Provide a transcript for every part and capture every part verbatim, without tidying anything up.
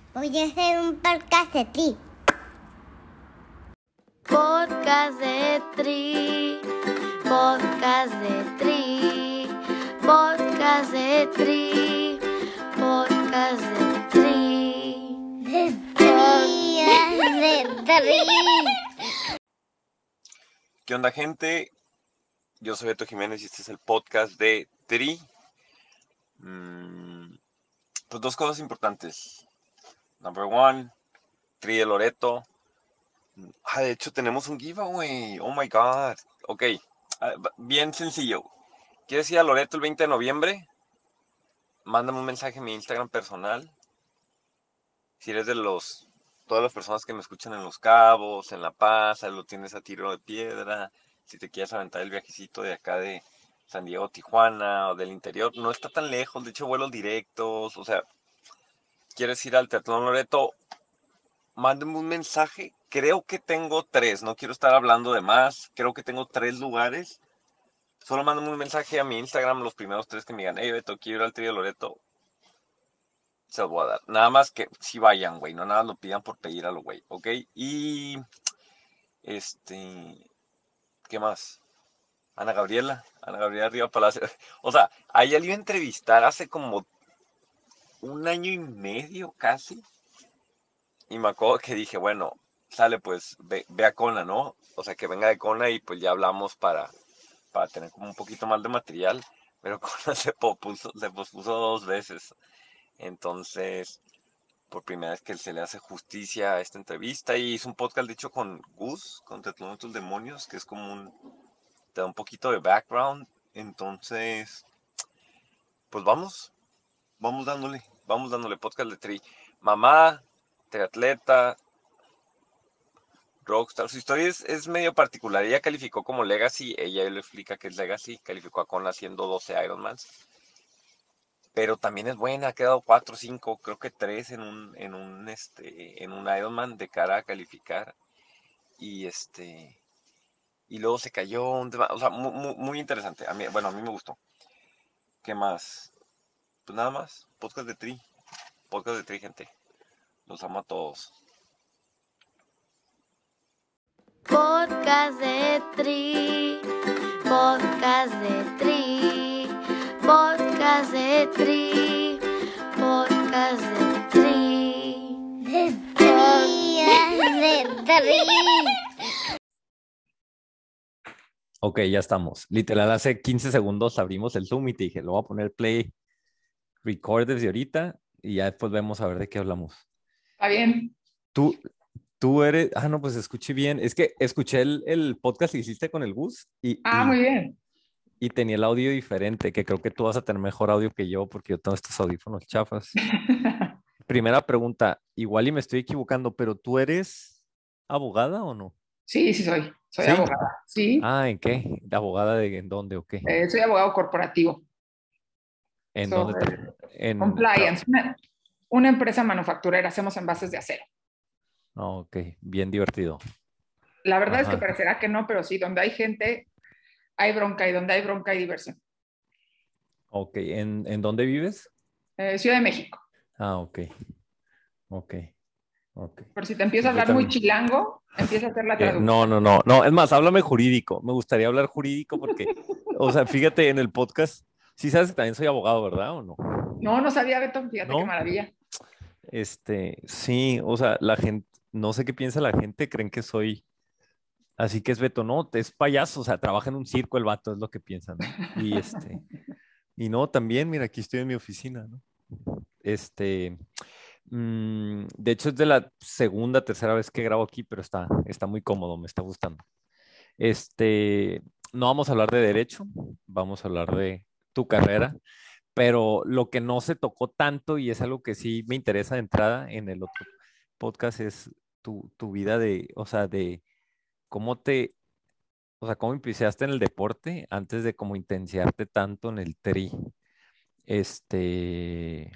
Voy a hacer un podcast de ti. Podcast de Tri, podcast de Tri, podcast de Tri, podcast de Tri. De tri, de tri. ¿Qué onda, gente? Yo soy Beto Jiménez y este es el podcast de Tri. Mm, pues dos cosas importantes. Number one, Tri de Loreto. Ah, de hecho tenemos un giveaway. Oh my god. Ok, ah, bien sencillo. ¿Quieres ir a Loreto el veinte de noviembre? Mándame un mensaje a mi Instagram personal. Si eres de los todas las personas que me escuchan en Los Cabos, en La Paz, lo tienes a tiro de piedra. Si te quieres aventar el viajecito de acá de San Diego, Tijuana o del interior, no está tan lejos, de hecho vuelos directos, o sea, quieres ir al Teatrón Loreto, mándame un mensaje. Creo que tengo tres, no quiero estar hablando de más, creo que tengo tres lugares. Solo mándame un mensaje a mi Instagram, los primeros tres que me digan, hey Beto, quiero ir al Trío Loreto, se los voy a dar. Nada más que si vayan, güey, no nada lo pidan por pedir a lo güey, ¿ok? Y, este, ¿qué más? Ana Gabriela, Ana Gabriela Riva Palacio. O sea, a ella le iba a entrevistar hace como un año y medio casi. Y me acuerdo que dije, bueno, sale pues, ve, ve a Kona, ¿no? O sea, que venga de Kona y pues ya hablamos para, para tener como un poquito más de material. Pero Kona se pospuso, se pospuso dos veces. Entonces, por primera vez que se le hace justicia a esta entrevista. Y hizo un podcast, de hecho, con Gus, con Tetlón de tus Demonios, que es como un, te da un poquito de background. Entonces, pues vamos, vamos dándole, vamos dándole podcast de Tri. Mamá, triatleta, rockstar. Su historia es, es medio particular. Ella calificó como Legacy, ella le explica que es Legacy, calificó a Kona haciendo doce Ironmans. Pero también es buena, ha quedado cuatro o cinco, creo que tres en un, en un, este, en un Ironman de cara a calificar. Y este, y luego se cayó, un tema, o sea, muy, muy, muy interesante. A mí, bueno, a mí me gustó. ¿Qué más? Pues nada más, podcast de Tri, podcast de Tri, gente. Los amo a todos. Podcast de Tri, podcast de Tri, podcast de Tri, podcast de Tri. De tri, de tri. Ok, ya estamos. Literal, hace quince segundos abrimos el Zoom y te dije, lo voy a poner play record desde ahorita y ya después vemos a ver de qué hablamos. Está bien. Tú, tú eres... Ah, no, pues escuché bien. Es que escuché el, el podcast que hiciste con el Gus y, Ah, y, muy bien. y tenía el audio diferente, que creo que tú vas a tener mejor audio que yo porque yo tengo estos audífonos chafas. Primera pregunta, igual y me estoy equivocando, pero ¿tú eres abogada o no? Sí, sí soy. Soy ¿Sí? abogada. Sí. Ah, ¿en qué? ¿De abogada de en dónde o qué? Eh, soy abogado corporativo. ¿En Soy dónde? tra- En... compliance. Una, una empresa manufacturera. Hacemos envases de acero. Oh, ok, bien divertido. La verdad es que Ajá. parecerá que no, pero sí, donde hay gente, hay bronca y donde hay bronca hay diversión. Ok, ¿en, en dónde vives? Eh, Ciudad de México. Ah, ok, ok, ok. Por si te empiezo a Sí, yo hablar muy también. chilango, empieza a hacer la Eh, traducción. no, no, no, no, es más, háblame jurídico. Me gustaría hablar jurídico porque, o sea, fíjate en el podcast, sí sabes que también soy abogado, ¿verdad? ¿O no? No, no sabía, Beto. Fíjate qué ¿No? maravilla. Este, sí, o sea, la gente, no sé qué piensa la gente, creen que soy, así que es Beto, no, es payaso, o sea, trabaja en un circo el vato, es lo que piensan, ¿no? Y este, y no, también, mira, aquí estoy en mi oficina, ¿no? Este, mm, de hecho es de la segunda, tercera vez que grabo aquí, pero está, está muy cómodo, me está gustando. Este, no vamos a hablar de derecho, vamos a hablar de tu carrera, pero lo que no se tocó tanto y es algo que sí me interesa de entrada en el otro podcast es tu, tu vida de, o sea, de cómo te, o sea, cómo empezaste en el deporte antes de como intensiarte tanto en el tri. Este,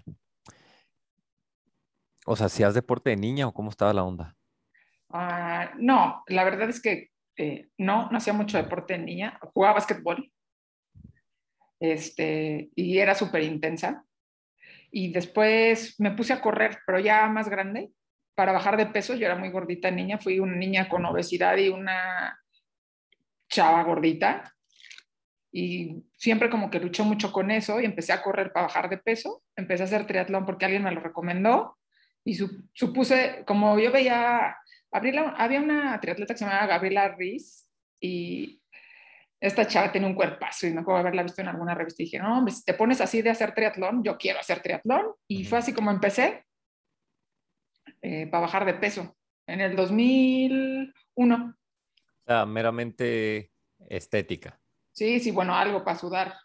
o sea, ¿hacías deporte de niña o cómo estaba la onda? Ah, no, la verdad es que eh, no, no hacía mucho deporte en niña. Jugaba básquetbol este, y era súper intensa. y después me puse a correr, pero ya más grande, para bajar de peso. Yo era muy gordita niña, fui una niña con obesidad y una chava gordita, y siempre como que luché mucho con eso y empecé a correr para bajar de peso. Empecé a hacer triatlón porque alguien me lo recomendó y su, supuse, como yo veía, Gabriela, había una triatleta que se llamaba Gabriela Riz y esta chava tiene un cuerpazo y me acuerdo de haberla visto en alguna revista y dije, no, hombre, si te pones así de hacer triatlón, yo quiero hacer triatlón. Y Ujú. fue así como empecé eh, para bajar de peso en el dos mil uno. O sea, meramente estética. Sí, sí, bueno, algo para sudar.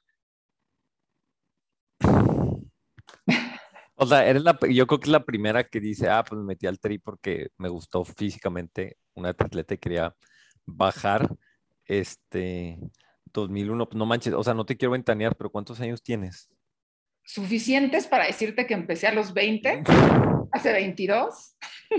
O sea, eres la, yo creo que es la primera que dice, ah, pues me metí al tri porque me gustó físicamente una atleta y quería bajar. Este, dos mil uno, no manches, o sea, no te quiero ventanear, pero ¿cuántos años tienes? Suficientes para decirte que empecé a los veinte, hace veintidós.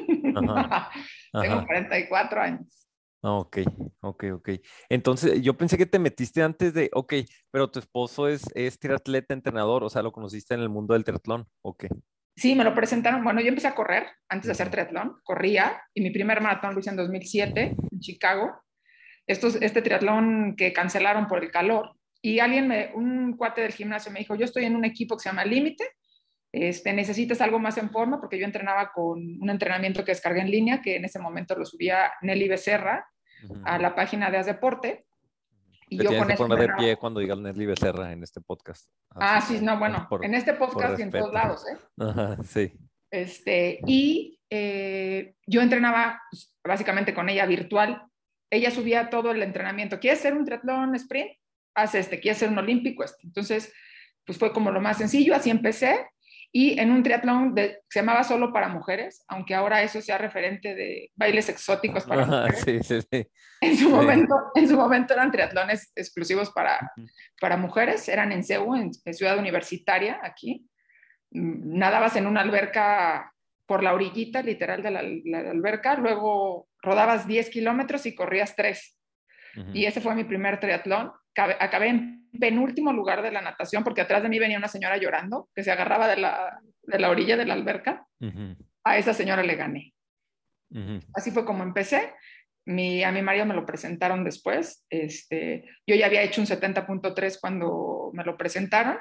Ajá, Tengo ajá. cuarenta y cuatro años. Ah, ok, ok, ok. Entonces, yo pensé que te metiste antes de, ok, pero tu esposo es, es triatleta entrenador, o sea, lo conociste en el mundo del triatlón, ok. Sí, me lo presentaron. Bueno, yo empecé a correr antes de hacer Ujú. triatlón. Corría y mi primer maratón lo hice en dos mil siete en Chicago. Estos, este triatlón que cancelaron por el calor. Y alguien, me, un cuate del gimnasio me dijo, yo estoy en un equipo que se llama Límite, este, necesitas algo más en forma, porque yo entrenaba con un entrenamiento que descargué en línea, que en ese momento lo subía Nelly Becerra Ujú. a la página de Haz Deporte, y Te yo tienes con que eso poner de entrenaba. pie cuando digas Nesli Becerra en este podcast. Así Ah, sí, como, no, bueno, por, en este por podcast y en todos respeto. lados, ¿eh? Ajá, sí. Este, y eh, yo entrenaba pues, básicamente con ella virtual. Ella subía todo el entrenamiento. ¿Quieres hacer un triatlón sprint? Haz este. ¿Quieres hacer un olímpico? Este. Entonces, pues fue como lo más sencillo. Así empecé. Y en un triatlón de, se llamaba solo para mujeres, aunque ahora eso sea referente de bailes exóticos para Ajá, mujeres. sí, sí, sí. En su Sí. momento, en su momento eran triatlones exclusivos para, para mujeres. Eran en C E U, en, en Ciudad Universitaria, aquí. Nadabas en una alberca por la orillita literal de la, la alberca, luego rodabas diez kilómetros y corrías tres. Ujú. Y ese fue mi primer triatlón. Acabé en penúltimo lugar de la natación porque atrás de mí venía una señora llorando que se agarraba de la, de la orilla de la alberca. Ujú. A esa señora le gané. Ujú. Así fue como empecé. Mi, a mi marido me lo presentaron después. Este, yo ya había hecho un setenta punto tres cuando me lo presentaron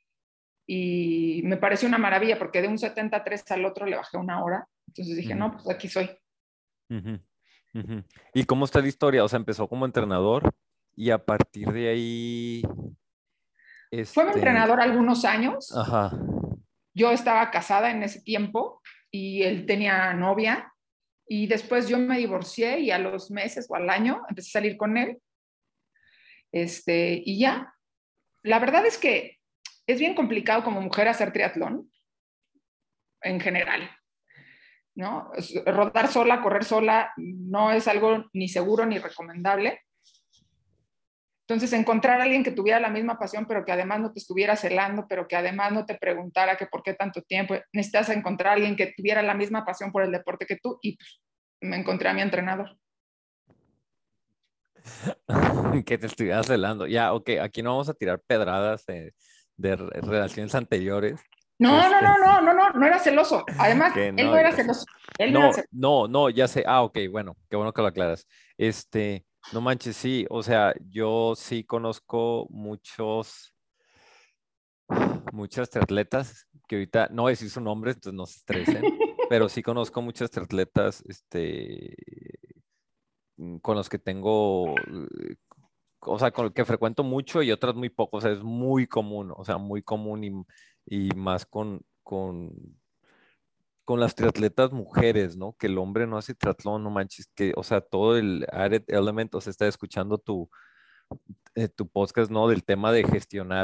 y me pareció una maravilla porque de un setenta y tres al otro le bajé una hora. Entonces dije, Ujú. no, pues aquí soy. Ujú. Ujú. ¿Y cómo está la historia? O sea, empezó como entrenador y a partir de ahí, Fue mi este, entrenador algunos años. ajá. Yo estaba casada en ese tiempo y él tenía novia. Y después yo me divorcié y a los meses o al año empecé a salir con él. Este, y ya, la verdad es que es bien complicado como mujer hacer triatlón en general, ¿no? Rodar sola, correr sola, no es algo ni seguro ni recomendable. Entonces, encontrar a alguien que tuviera la misma pasión, pero que además no te estuviera celando, pero que además no te preguntara que por qué tanto tiempo, necesitas encontrar a alguien que tuviera la misma pasión por el deporte que tú, y pues, me encontré a mi entrenador. Que te estuvieras celando. Ya, ok, aquí no vamos a tirar pedradas de, de re- relaciones anteriores. No, no, Este, no, no, no, no, no era celoso. Además, que él no, no era ya sé. celoso. Él no era No, celoso. no, no, ya sé. Ah, ok, bueno, qué bueno que lo aclaras. Este, no manches, sí, o sea, yo sí conozco muchos, muchas triatletas que ahorita, no voy a decir su nombre, entonces no se estresen, pero sí conozco muchas triatletas, este, mm, con los que tengo, eh, o sea, con el que frecuento mucho y otras muy poco, o sea, es muy común, o sea, muy común y, y más con, con, con las triatletas mujeres, ¿no? Que el hombre no hace triatlón, no manches, que, o sea, todo el added element, o sea, está escuchando tu, eh, tu podcast, ¿no? Del tema de gestionar,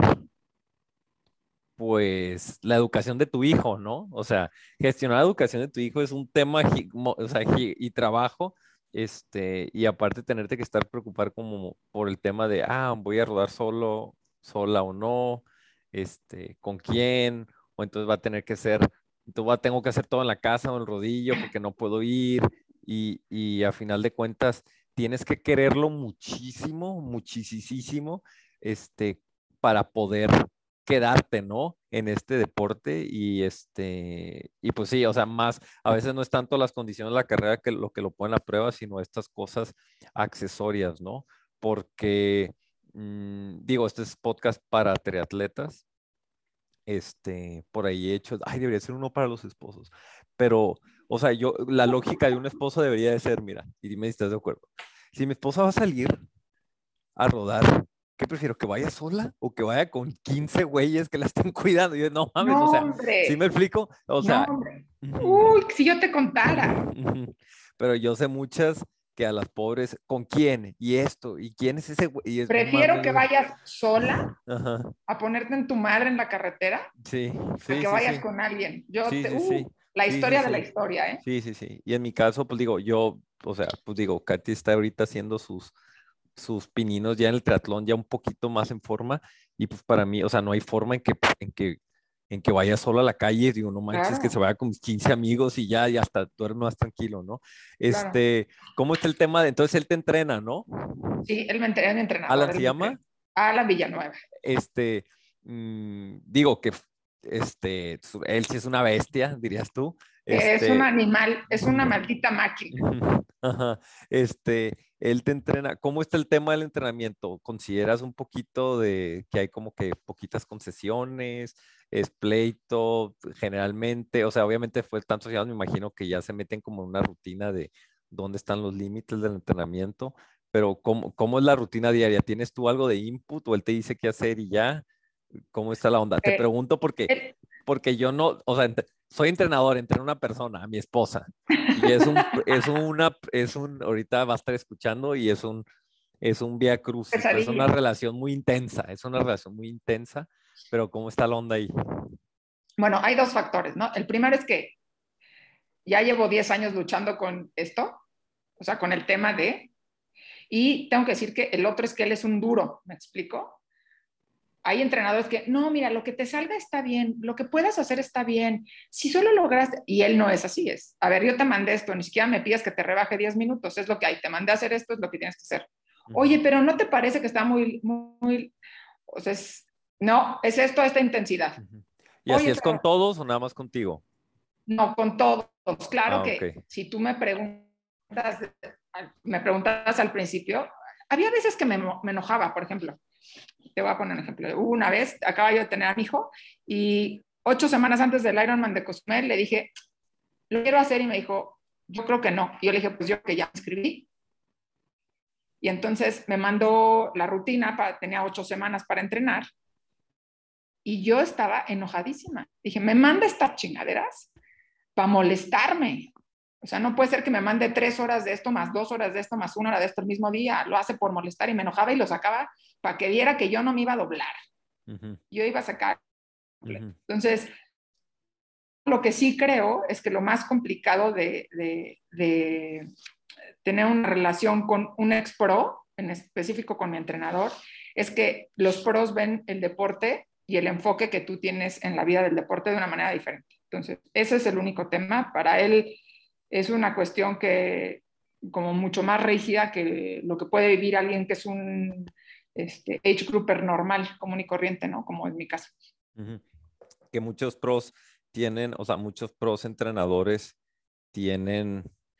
pues, la educación de tu hijo, ¿no? O sea, gestionar la educación de tu hijo es un tema, gi- mo- o sea, gi- y trabajo, este, y aparte tenerte que estar preocupar como por el tema de, ah, voy a rodar solo, sola o no, este, con quién, o entonces va a tener que ser, entonces va, tengo que hacer todo en la casa o en el rodillo porque no puedo ir, y, y a final de cuentas tienes que quererlo muchísimo, muchísimo, este, para poder quedarte, ¿no? En este deporte y este, y pues sí, o sea, más, a veces no es tanto las condiciones de la carrera que lo que lo ponen a prueba, sino estas cosas accesorias, ¿no? Porque, mmm, digo, este es podcast para triatletas, este, por ahí he hecho, ay, debería ser uno para los esposos, pero, o sea, yo, la lógica de un esposo debería de ser, mira, y dime si estás de acuerdo, si mi esposa va a salir a rodar, ¿qué prefiero? ¿Que vaya sola o que vaya con quince güeyes que la estén cuidando? Y yo, no mames, o No, sea, ¿sí me hombre. explico? O No, sea, hombre. ujú, Uy, si yo te contara. ujú. Pero yo sé muchas que a las pobres, ¿con quién? Y esto, ¿y quién es ese güey? Y es, no Prefiero mames, que güey. vayas sola Ajá, a ponerte en tu madre en la carretera sí, a sí, que sí, vayas sí, con alguien. Yo sí, te, sí, sí, uh, la sí, sí, historia de la sí, historia, ¿eh? sí, sí, sí. Y en mi caso, pues digo, yo, o sea, pues digo, Katy está ahorita haciendo sus, sus pininos ya en el triatlón, ya un poquito más en forma, y pues para mí, o sea, no hay forma en que, en que, en que vaya solo a la calle, digo, no manches, que se Claro, vaya con mis quince amigos y ya, y hasta duerme más tranquilo, ¿no? claro. Este, ¿cómo está el tema de, entonces él te entrena, ¿no? Sí, él me entre- es mi entrenador, Alan se él me llama, cre- Alan Villanueva. este, mm, digo que, este, su- él sí es una bestia, dirías tú, Es un este, animal, es una maldita máquina. ajá. Este, él te entrena. ¿Cómo está el tema del entrenamiento? ¿Consideras un poquito de que hay como que poquitas concesiones? ¿Es pleito generalmente? O sea, obviamente fue tantos años, me imagino que ya se meten como en una rutina de dónde están los límites del entrenamiento, pero ¿cómo, cómo es la rutina diaria? ¿Tienes tú algo de input o él te dice qué hacer y ya? ¿Cómo está la onda? Te Eh, pregunto porque, él- porque yo no, o sea, ent- soy entrenador, entreno a una persona, a mi esposa. Y es un, es una, es un, ahorita va a estar escuchando y es un, es un vía crucis, es una pesadilla. relación muy intensa, es una relación muy intensa, pero ¿cómo está la onda ahí? Bueno, hay dos factores, ¿no? El primero es que ya llevo diez años luchando con esto, o sea, con el tema de, y tengo que decir que el otro es que él es un duro, ¿me explico? Hay entrenadores que, no, mira, lo que te salga está bien, lo que puedas hacer está bien, si solo lograste, y él no es así, es, a ver, yo te mandé esto, ni siquiera me pidas que te rebaje diez minutos, es lo que hay, te mandé a hacer esto, es lo que tienes que hacer. Oye, Ujú. pero ¿no te parece que está muy, muy, o sea, es, no, es esto, esta intensidad? Ujú. ¿Y así Oye, es con pero todos o nada más contigo? no, con todos. Claro Ah, ok. que si tú me preguntas, me preguntas al principio, había veces que me, me enojaba, por ejemplo. Te voy a poner un ejemplo. Hubo una vez, acaba yo de tener a mi hijo y ocho semanas antes del Ironman de Cozumel le dije, lo quiero hacer y me dijo, yo creo que no. Y yo le dije, pues yo que ya me escribí. Y entonces me mandó la rutina, para, tenía ocho semanas para entrenar y yo estaba enojadísima. Dije, me manda estas chingaderas para molestarme. O sea, no puede ser que me mande tres horas de esto, más dos horas de esto, más una hora de esto el mismo día. Lo hace por molestar y me enojaba y lo sacaba para que viera que yo no me iba a doblar. Ujú, Yo iba a sacar. ujú, Entonces, lo que sí creo es que lo más complicado de, de, de tener una relación con un ex pro, en específico con mi entrenador, es que los pros ven el deporte y el enfoque que tú tienes en la vida del deporte de una manera diferente. Entonces, ese es el único tema. Para él es una cuestión que como mucho más rígida que lo que puede vivir alguien que es un este, age grouper normal, común y corriente, ¿no? Como en mi caso. ujú. Que muchos pros tienen, o sea, muchos pros entrenadores tienen,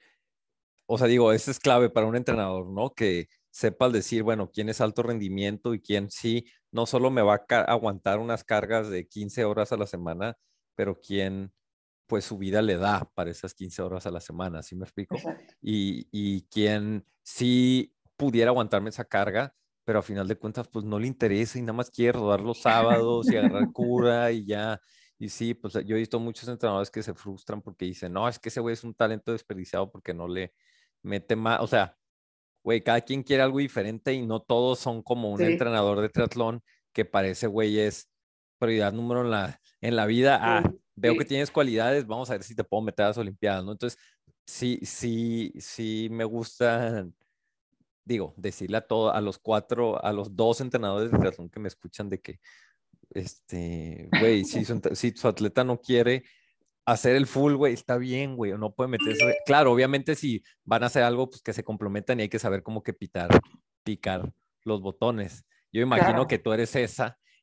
o sea, digo, eso es clave para un entrenador, ¿no? Que sepas decir, bueno, quién es alto rendimiento y quién sí, no solo me va a ca- aguantar unas cargas de quince horas a la semana, pero quién, pues su vida le da para esas quince horas a la semana, ¿sí me explico? Exacto. Y, y quién sí pudiera aguantarme esa carga, pero a final de cuentas, pues no le interesa y nada más quiere rodar los sábados y agarrar cura y ya. Y sí, pues yo he visto muchos entrenadores que se frustran porque dicen, no, es que ese güey es un talento desperdiciado porque no le mete más, o sea, güey, cada quien quiere algo diferente y no todos son como un Sí, entrenador de triatlón que parece, güey, es prioridad número en la, en la vida. sí, Ah, veo que sí. tienes cualidades, vamos a ver si te puedo meter a las Olimpiadas, ¿no? Entonces, sí, sí, sí me gusta, digo, decirle a todo, a los cuatro, a los dos entrenadores de triatlón que me escuchan de que, este, güey, si su, si su atleta no quiere hacer el full, güey, está bien, güey, o no puede meterse. Claro, obviamente si van a hacer algo, pues que se complementan y hay que saber cómo que pitar, picar los botones. Yo imagino Claro. que tú eres esa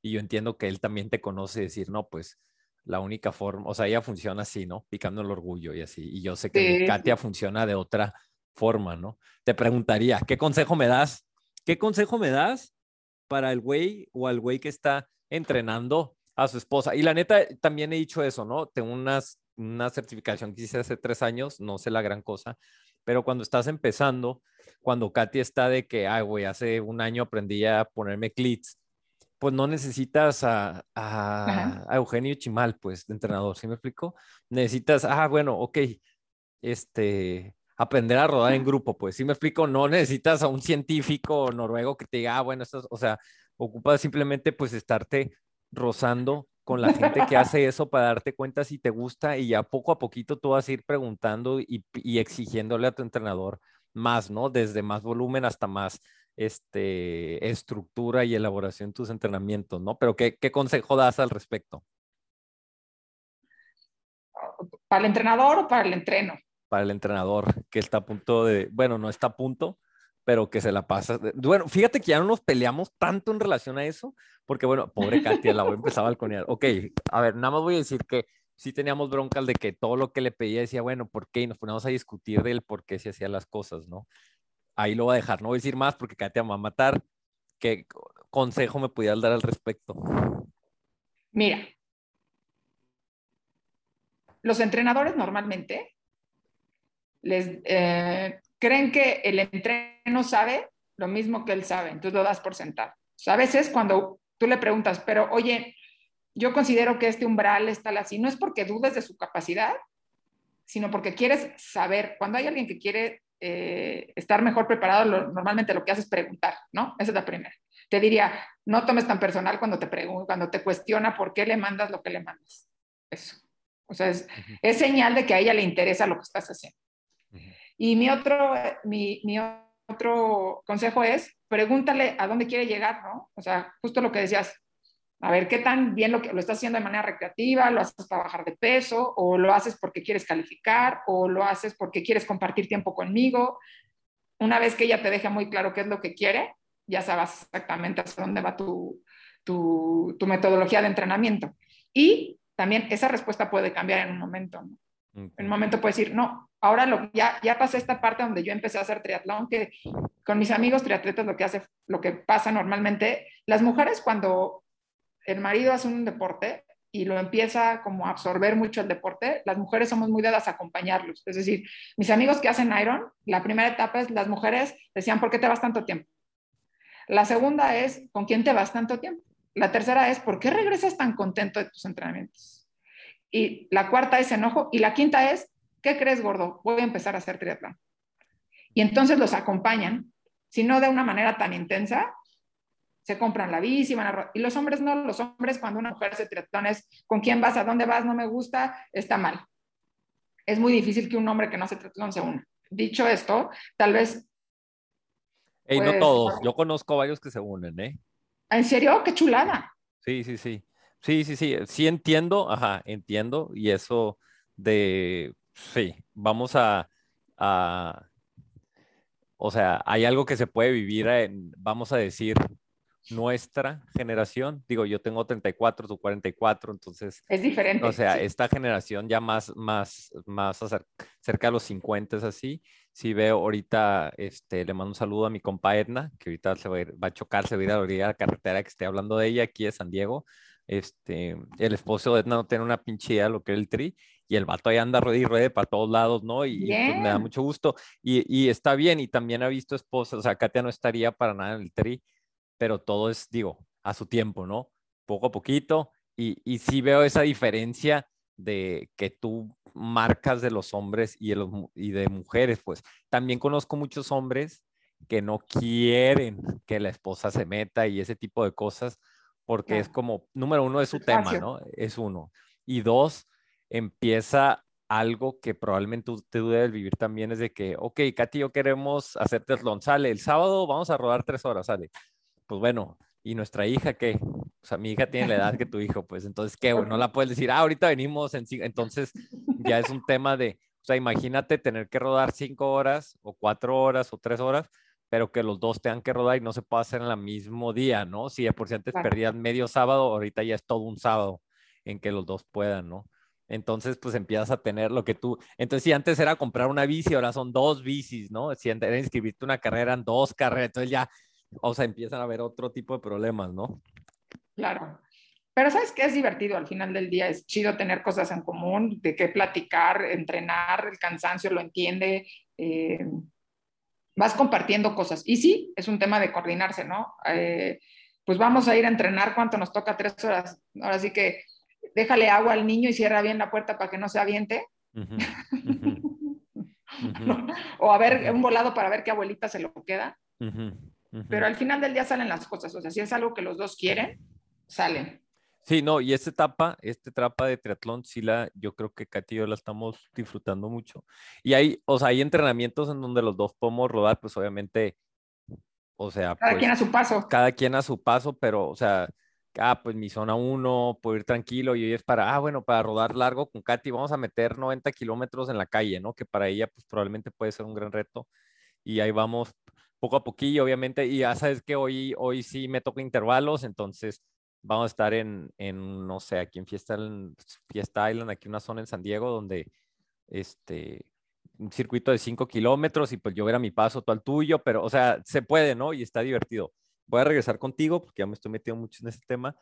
Y yo entiendo que él también te conoce y decir, no, pues la única forma, o sea, ella funciona así, ¿no? Picando el orgullo y así. Y yo sé que mi Sí, Katia sí. funciona de otra forma, ¿no? Te preguntaría, ¿qué consejo me das? ¿Qué consejo me das para el güey o al güey que está entrenando a su esposa? Y la neta, también he dicho eso, ¿no? Tengo unas, una certificación que hice hace tres años, no sé la gran cosa, pero cuando estás empezando, cuando Katia está de que, ay, güey, hace un año aprendí a ponerme clits, pues no necesitas a, Ajá. a, a Eugenio Chimal, pues, de entrenador, ¿sí me explico? Necesitas, ah, bueno, ok, este, aprender a rodar en grupo, pues, ¿sí me explico? No necesitas a un científico noruego que te diga, ah, bueno, esto es, o sea, ocupas simplemente, pues, estarte rozando con la gente que hace eso para darte cuenta si te gusta y ya poco a poquito tú vas a ir preguntando y, y exigiéndole a tu entrenador más, ¿no? Desde más volumen hasta más este, estructura y elaboración de tus entrenamientos, ¿no? Pero ¿qué, qué consejo das al respecto ¿Para el entrenador o para el entreno? para el entrenador que está a punto de, bueno, no está a punto, pero que se la pasa? Bueno, fíjate que ya no nos peleamos tanto en relación a eso, porque bueno, pobre Katia, la voy a empezar a balconear. Ok, a ver, nada más voy a decir que sí teníamos broncas de que todo lo que le pedía decía, bueno, ¿por qué? Y nos poníamos a discutir del por qué se hacían las cosas, ¿no? Ahí lo voy a dejar, no voy a decir más porque Katia me va a matar. ¿Qué consejo me pudieras dar al respecto? Mira, los entrenadores normalmente les eh, creen que el entreno sabe lo mismo que él sabe, entonces lo das por sentado. O sea, a veces cuando tú le preguntas, pero oye, yo considero que este umbral está así, no es porque dudes de su capacidad, sino porque quieres saber. Cuando hay alguien que quiere eh, estar mejor preparado, lo, normalmente lo que hace es preguntar, ¿no? Esa es la primera. Te diría, no tomes tan personal cuando te, pregunta, cuando te cuestiona por qué le mandas lo que le mandas. Eso. O sea, es, Uh -huh. es señal de que a ella le interesa lo que estás haciendo. Uh -huh. Y mi otro, mi, mi otro consejo es, pregúntale a dónde quiere llegar, ¿no? O sea, justo lo que decías, a ver qué tan bien lo, que, lo estás haciendo de manera recreativa, lo haces para bajar de peso, o lo haces porque quieres calificar, o lo haces porque quieres compartir tiempo conmigo. Una vez que ella te deja muy claro qué es lo que quiere, ya sabes exactamente hacia dónde va tu, tu, tu metodología de entrenamiento. Y también esa respuesta puede cambiar en un momento, ¿no? Uh-huh. En un momento puedes decir, no, ahora lo, ya, ya pasé esta parte donde yo empecé a hacer triatlón, que con mis amigos triatletas lo que, hace, lo que pasa normalmente, las mujeres cuando el marido hace un deporte y lo empieza como a absorber mucho el deporte, las mujeres somos muy dadas a acompañarlos. Es decir, mis amigos que hacen Iron, la primera etapa es las mujeres decían, ¿por qué te vas tanto tiempo? La segunda es, ¿con quién te vas tanto tiempo? La tercera es, ¿por qué regresas tan contento de tus entrenamientos? Y la cuarta es enojo. Y la quinta es, ¿qué crees, gordo? Voy a empezar a hacer triatlón. Y entonces los acompañan, si no de una manera tan intensa, se compran la bici, van a... y los hombres no, los hombres cuando una mujer hace triatlón es, ¿con quién vas? ¿A dónde vas? No me gusta, está mal. Es muy difícil que un hombre que no hace triatlón se una. Dicho esto, tal vez... Ey, pues, no todos, yo conozco varios que se unen, ¿eh? ¿En serio? ¡Qué chulada! Sí, sí, sí. Sí, sí, sí. Sí entiendo, ajá, entiendo. Y eso de, sí, vamos a, a o sea, hay algo que se puede vivir en, vamos a decir, nuestra generación. Digo, yo tengo treinta y cuatro, tú cuarenta y cuatro, entonces... Es diferente. O sea, sí. esta generación ya más, más, más cerca de los cincuenta es así. Sí veo ahorita, este, le mando un saludo a mi compa Edna, que ahorita se va a, ir, va a chocar, se va a ir a la orilla de la carretera que esté hablando de ella, aquí de San Diego. Este, el esposo de Edna no tiene una pinche idea de lo que es el tri, y el vato ahí anda ruede y ruede para todos lados, ¿no? Y, y pues me da mucho gusto. Y, y está bien, y también ha visto esposas, o sea, Katia no estaría para nada en el tri, pero todo es, digo, a su tiempo, ¿no? Poco a poquito. Y, y sí veo esa diferencia de que tú marcas de los hombres y de, los, y de mujeres, pues. También conozco muchos hombres que no quieren que la esposa se meta y ese tipo de cosas, porque claro. Es como, número uno, es su Espacio. tema, ¿no? Es uno. Y dos, empieza algo que probablemente tú debes vivir también, es de que, ok, Katy, yo queremos hacer triatlón, sale, el sábado vamos a rodar tres horas, sale. Pues bueno, ¿y nuestra hija qué? O sea, mi hija tiene la edad que tu hijo, pues entonces, ¿qué? No la puedes decir, ah, ahorita venimos, en... entonces ya es un tema de, o sea, imagínate tener que rodar cinco horas o cuatro horas o tres horas pero que los dos tengan que rodar y no se puede hacer en el mismo día, ¿no? Si de por si antes Claro. perdían medio sábado, ahorita ya es todo un sábado en que los dos puedan, ¿no? Entonces, pues empiezas a tener lo que tú... Entonces, si antes era comprar una bici, ahora son dos bicis, ¿no? Si antes era inscribirte una carrera, eran dos carreras. Entonces ya, o sea, empiezan a haber otro tipo de problemas, ¿no? Claro. Pero ¿sabes qué? Es divertido al final del día. Es chido tener cosas en común, de qué platicar, entrenar, el cansancio lo entiende. Eh, vas compartiendo cosas. Y sí, es un tema de coordinarse, ¿no? Eh, pues vamos a ir a entrenar, ¿cuánto nos toca? Tres horas. Ahora sí que déjale agua al niño y cierra bien la puerta para que no se aviente. Ujú, ujú, ujú, O a ver, ujú, un volado para ver qué abuelita se lo queda. ujú, ujú. Pero al final del día salen las cosas. O sea, si es algo que los dos quieren, salen. Sí, no, y esta etapa, esta etapa de triatlón, sí la, yo creo que Katy y yo la estamos disfrutando mucho. Y hay, o sea, hay entrenamientos en donde los dos podemos rodar, pues obviamente, o sea, Cada quien pues a su paso. cada quien a su paso, pero, o sea, ah, pues mi zona uno, puedo ir tranquilo, y hoy es para, ah, bueno, para rodar largo con Katy, vamos a meter noventa kilómetros en la calle, ¿no? Que para ella, pues probablemente puede ser un gran reto. Y ahí vamos poco a poquillo, obviamente, y ya sabes que hoy, hoy sí me toca intervalos, entonces vamos a estar en, en no sé, aquí en Fiesta, Fiesta Island, aquí una zona en San Diego, donde este, un circuito de cinco kilómetros y pues yo ver a mi paso, tú al tuyo, pero, o sea, se puede, ¿no? Y está divertido. Voy a regresar contigo porque ya me estoy metiendo mucho en este tema.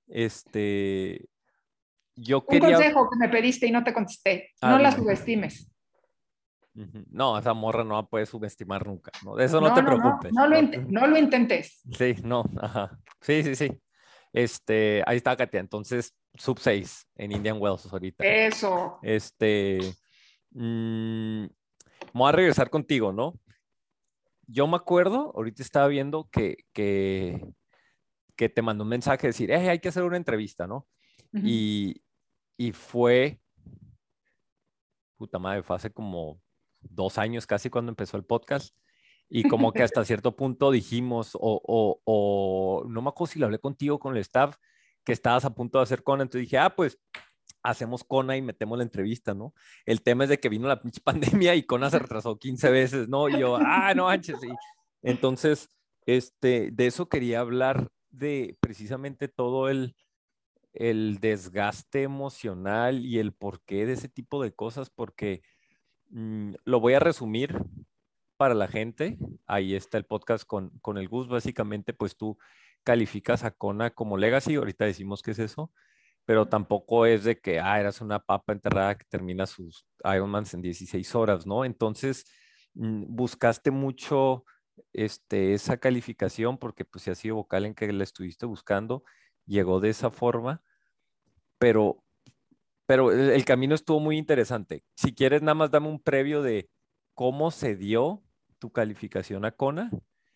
Este, yo Un quería... consejo que me pediste y no te contesté. Ah, No la dime. subestimes. Ujú. No, esa morra no la puedes subestimar nunca, ¿no? De eso no No, te no, no. preocupes, No lo, ¿no? int no lo intentes. Sí, no, ajá. Sí, sí, sí. Este, ahí está Katia. Entonces, sub seis en Indian Wells ahorita. Eso. Este, mmm, voy a regresar contigo, ¿no? Yo me acuerdo, ahorita estaba viendo que, que, que te mandó un mensaje de decir, hey, hay que hacer una entrevista, ¿no? Uh -huh. Y, y fue, puta madre, fue hace como dos años casi cuando empezó el podcast. Y como que hasta cierto punto dijimos, o, o, o no me acuerdo si lo hablé contigo, con el staff, que estabas a punto de hacer Kona. Entonces dije, ah, pues hacemos Kona y metemos la entrevista, ¿no? El tema es de que vino la pinche pandemia y Kona se retrasó quince veces, ¿no? Y yo, ah, no manches, sí. Entonces, este, de eso quería hablar, de precisamente todo el, el desgaste emocional y el porqué de ese tipo de cosas, porque mmm, lo voy a resumir para la gente. Ahí está el podcast con, con el Gus. Básicamente, pues tú calificas a Kona como Legacy. Ahorita decimos qué es eso, pero tampoco es de que, ah, eras una papa enterrada que termina sus Ironmans en dieciséis horas, ¿no? Entonces, mmm, buscaste mucho este, esa calificación porque pues si has sido vocal en que la estuviste buscando, llegó de esa forma, pero, pero el, el camino estuvo muy interesante. Si quieres, nada más dame un previo de cómo se dio tu calificación a Kona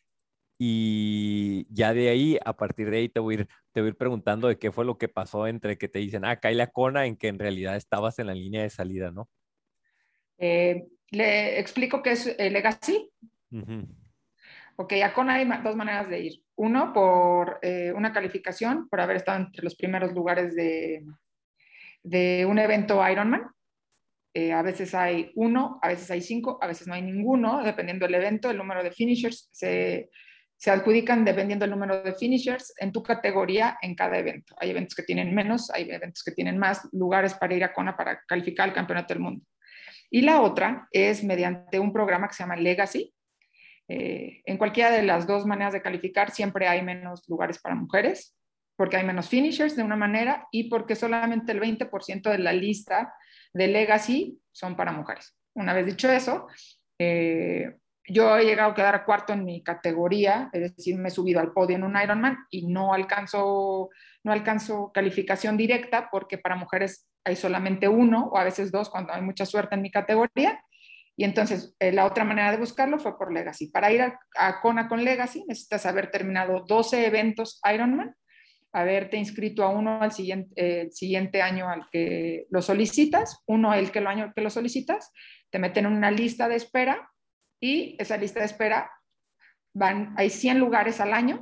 y ya de ahí, a partir de ahí te voy a ir, te voy a ir preguntando de qué fue lo que pasó entre que te dicen, ah, cae la Kona, en que en realidad estabas en la línea de salida, ¿no? Eh, le explico qué es eh, Legacy. Uh -huh. Ok, a Kona hay dos maneras de ir. Uno, por eh, una calificación, por haber estado entre los primeros lugares de, de un evento Ironman. Eh, a veces hay uno, a veces hay cinco, a veces no hay ninguno, dependiendo del evento. El número de finishers se, se adjudican dependiendo del número de finishers en tu categoría en cada evento. Hay eventos que tienen menos, hay eventos que tienen más lugares para ir a Kona para calificar al campeonato del mundo. Y la otra es mediante un programa que se llama Legacy. Eh, en cualquiera de las dos maneras de calificar siempre hay menos lugares para mujeres, porque hay menos finishers de una manera y porque solamente el veinte por ciento de la lista de Legacy son para mujeres. Una vez dicho eso, eh, yo he llegado a quedar cuarto en mi categoría, es decir, me he subido al podio en un Ironman y no alcanzo, no alcanzo calificación directa porque para mujeres hay solamente uno o a veces dos cuando hay mucha suerte en mi categoría. Y entonces eh, la otra manera de buscarlo fue por Legacy. Para ir a, a Kona con Legacy necesitas haber terminado doce eventos Ironman, haberte inscrito a uno al siguiente, eh, el siguiente año al que lo solicitas, uno el que lo año que lo solicitas, te meten en una lista de espera y esa lista de espera van, hay cien lugares al año,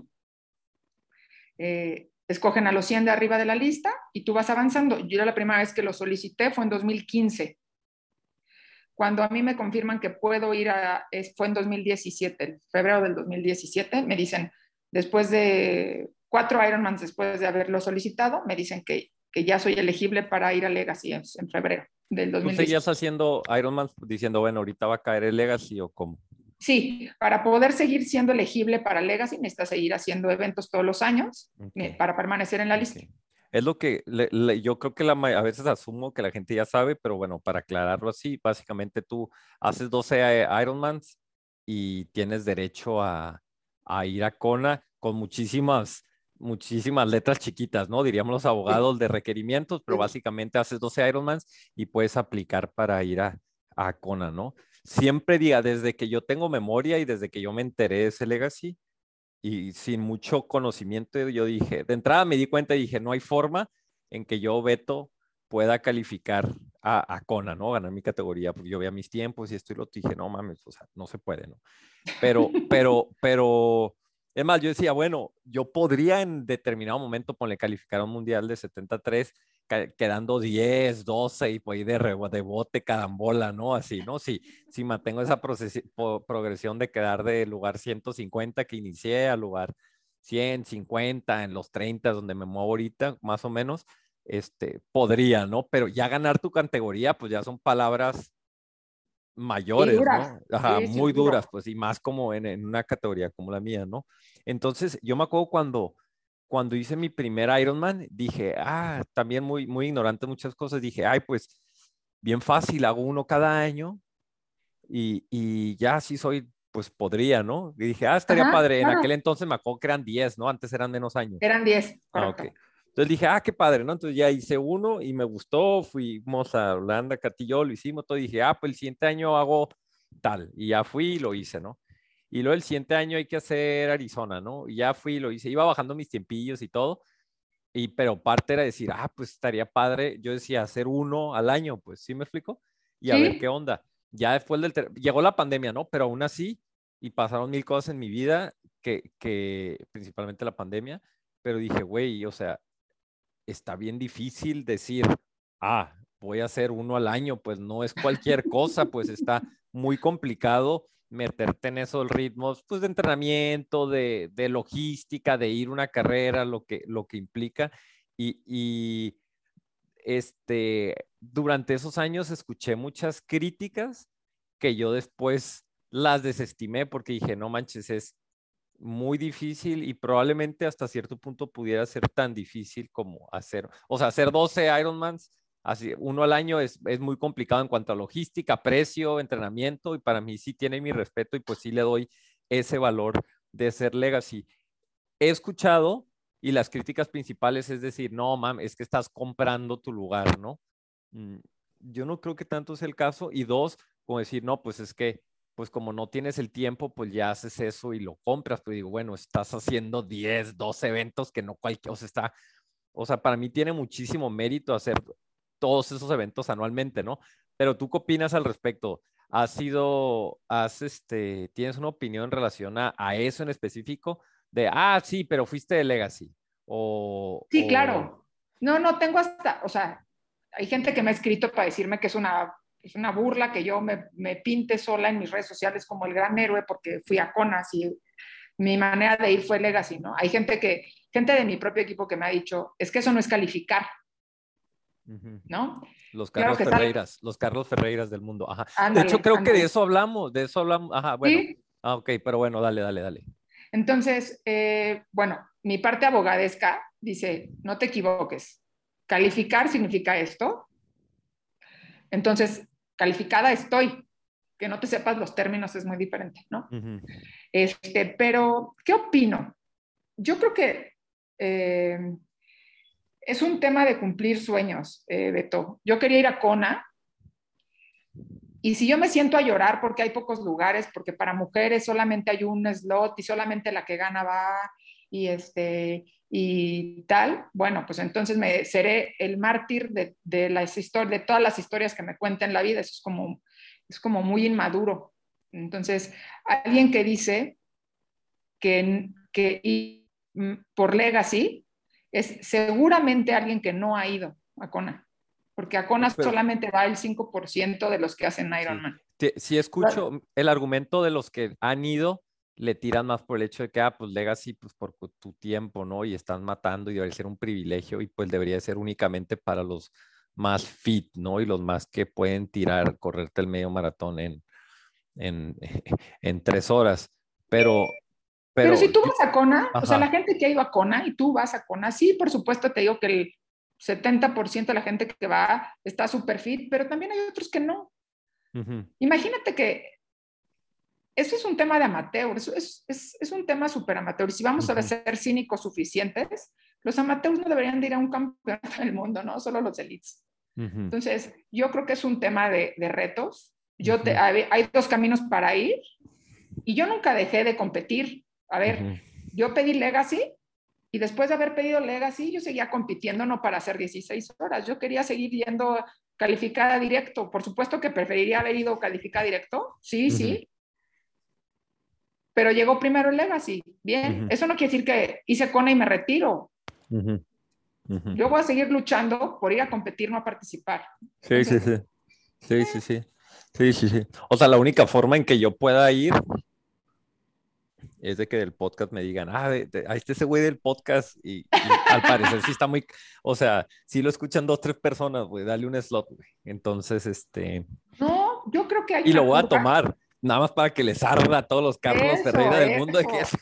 eh, escogen a los cien de arriba de la lista y tú vas avanzando. Yo la primera vez que lo solicité fue en dos mil quince. cuando a mí me confirman que puedo ir a, es, fue en dos mil diecisiete, en febrero del dos mil diecisiete, me dicen, después de cuatro Ironmans, después de haberlo solicitado, me dicen que, que ya soy elegible para ir a Legacy en, en febrero del ¿Tú dos mil seguías diecisiete. haciendo Ironman diciendo, bueno, ahorita va a caer el Legacy o cómo? Sí, para poder seguir siendo elegible para Legacy, necesitas seguir haciendo eventos todos los años Okay. para permanecer en la Ok. lista. Es lo que le- le- yo creo que la, ma- a veces asumo que la gente ya sabe, pero bueno, para aclararlo así, básicamente tú haces doce I- Ironmans y tienes derecho a, a ir a Kona con muchísimas, muchísimas letras chiquitas, ¿no? Diríamos los Sí, abogados de requerimientos, pero sí. básicamente haces doce Ironmans y puedes aplicar para ir a, a Kona, ¿no? Siempre diga, desde que yo tengo memoria y desde que yo me enteré de ese Legacy, y sin mucho conocimiento, yo dije, de entrada me di cuenta y dije, no hay forma en que yo, Beto, pueda calificar a, a Kona, ¿no? Ganar mi categoría, porque yo veía mis tiempos y esto y lo otro, y dije, no mames, o sea, no se puede, ¿no? Pero, pero, pero, es más, yo decía, bueno, yo podría en determinado momento ponerle calificar a un mundial de setenta y tres, ca- quedando diez, doce y pues de, rebo- de bote, carambola, ¿no? Así, ¿no? Si, si mantengo esa procesi- po- progresión de quedar de lugar ciento cincuenta que inicié al lugar cien, cincuenta, en los treinta, donde me muevo ahorita, más o menos, este, podría, ¿no? Pero ya ganar tu categoría, pues ya son palabras Y mayores, duras, ¿no? Ajá, sí, sí, muy es duro. duras, pues, y más como en, en una categoría como la mía, ¿no? Entonces, yo me acuerdo cuando, cuando hice mi primer Ironman, dije, ah, también muy, muy ignorante en muchas cosas, dije, ay, pues, bien fácil, hago uno cada año y, y ya sí soy, pues, podría, ¿no? Y dije, ah, estaría Ajá, padre. En aquel claro. entonces me acuerdo que eran diez, ¿no? Antes eran menos años. Eran diez, Ah, ok. correcto. Entonces dije, ah, qué padre, ¿no? Entonces ya hice uno y me gustó, fuimos a Holanda, Kat y yo, lo hicimos todo, y dije, ah, pues el siguiente año hago tal, y ya fui y lo hice, ¿no? Y luego el siguiente año hay que hacer Arizona, ¿no? Y ya fui y lo hice, iba bajando mis tiempillos y todo, y pero parte era decir, ah, pues estaría padre, yo decía, hacer uno al año, pues, ¿sí me explico? Y a ver qué Sí, onda. Ya después del, ter- llegó la pandemia, ¿no? Pero aún así, y pasaron mil cosas en mi vida, que, que principalmente la pandemia, pero dije, güey, o sea, está bien difícil decir, ah, voy a hacer uno al año, pues no es cualquier cosa, pues está muy complicado meterte en esos ritmos, pues de entrenamiento, de, de logística, de ir una carrera, lo que, lo que implica. Y, y este, durante esos años escuché muchas críticas que yo después las desestimé porque dije, no manches, es muy difícil y probablemente hasta cierto punto pudiera ser tan difícil como hacer, o sea, hacer doce Ironmans, así, uno al año es, es muy complicado en cuanto a logística, precio, entrenamiento, y para mí sí tiene mi respeto y pues sí le doy ese valor de ser legacy. He escuchado y las críticas principales es decir, no, mam, es que estás comprando tu lugar, ¿no? Mm, Yo no creo que tanto sea el caso. Y dos, como decir, no, pues es que, pues como no tienes el tiempo, pues ya haces eso y lo compras. Pero digo, bueno, estás haciendo diez, doce eventos que no cualquier, o sea, está, o sea, para mí tiene muchísimo mérito hacer todos esos eventos anualmente, ¿no? Pero tú, ¿qué opinas al respecto? ¿Has sido, has, este, tienes una opinión en relación a, a eso en específico? De, ah, sí, pero fuiste de Legacy. O, sí, o, claro. No, no, tengo hasta, o sea, hay gente que me ha escrito para decirme que es una, es una burla que yo me, me pinte sola en mis redes sociales como el gran héroe porque fui a Conas y mi manera de ir fue Legacy, ¿no? Hay gente que, gente de mi propio equipo que me ha dicho, es que eso no es calificar, Ujú. ¿no? Los Claro Carlos que está, Ferreiras, los Carlos Ferreiras del mundo. Ajá. De hecho, ándale, creo que de ándale. eso hablamos, de eso hablamos. Ajá, bueno. Sí, Ah, ok, pero bueno, dale, dale, dale. entonces, eh, bueno, mi parte abogadesca dice, no te equivoques, calificar significa esto, entonces, calificada estoy, que no te sepas los términos es muy diferente, ¿no? Ujú. Este, pero, ¿qué opino? Yo creo que eh, es un tema de cumplir sueños, eh, Beto. Yo quería ir a Kona y si yo me siento a llorar porque hay pocos lugares, porque para mujeres solamente hay un slot y solamente la que gana va y este y tal, bueno, pues entonces me seré el mártir de, de las historias, de todas las historias que me cuenten la vida. Eso es como, es como muy inmaduro. Entonces, alguien que dice que, que y, por legacy es seguramente alguien que no ha ido a Kona. porque a Kona Pero- solamente va el cinco por ciento de los que hacen Ironman. Te- Si escucho el argumento de los que han ido, le tiran más por el hecho de que, ah, pues Legacy, pues por cu- tu tiempo, ¿no? Y están matando y debería ser un privilegio y pues debería ser únicamente para los más fit, ¿no? Y los más que pueden tirar, correrte el medio maratón en, en, en tres horas. Pero, Pero, pero, si tú yo- vas a Kona, o sea, ajá, la gente que ha ido a Kona y tú vas a Kona, sí, por supuesto te digo que el setenta por ciento de la gente que va está súper fit, pero también hay otros que no. ujú, Imagínate que eso es un tema de amateur, eso es, es, es un tema súper amateur. Y si vamos a ujú, ser cínicos suficientes, los amateurs no deberían de ir a un campeonato del mundo, ¿no? Solo los elites. ujú, Entonces, yo creo que es un tema de, de retos. Yo te, ujú, hay, hay dos caminos para ir y yo nunca dejé de competir. A ver, ujú. yo pedí Legacy y después de haber pedido Legacy, yo seguía compitiendo no para hacer dieciséis horas. Yo quería seguir yendo calificada directo. Por supuesto que preferiría haber ido calificada directo. Sí, Ujú, sí. Pero llegó primero el Legacy. Bien, ujú, eso no quiere decir que hice Kona y me retiro. ujú, ujú. Yo voy a seguir luchando por ir a competir, no a participar. Sí, sí, Entonces, sí. Sí, sí, sí. Sí, sí, sí. O sea, la única forma en que yo pueda ir es de que del podcast me digan, ah, de- de- ahí está ese güey del podcast y, y al parecer sí está muy, o sea, sí lo escuchan dos, tres personas, güey, dale un slot, güey. Entonces, este, no, yo creo que hay y lo una voy a curva. tomar, nada más para que les arda a todos los Carlos Ferreira Eso, del mundo de que eso.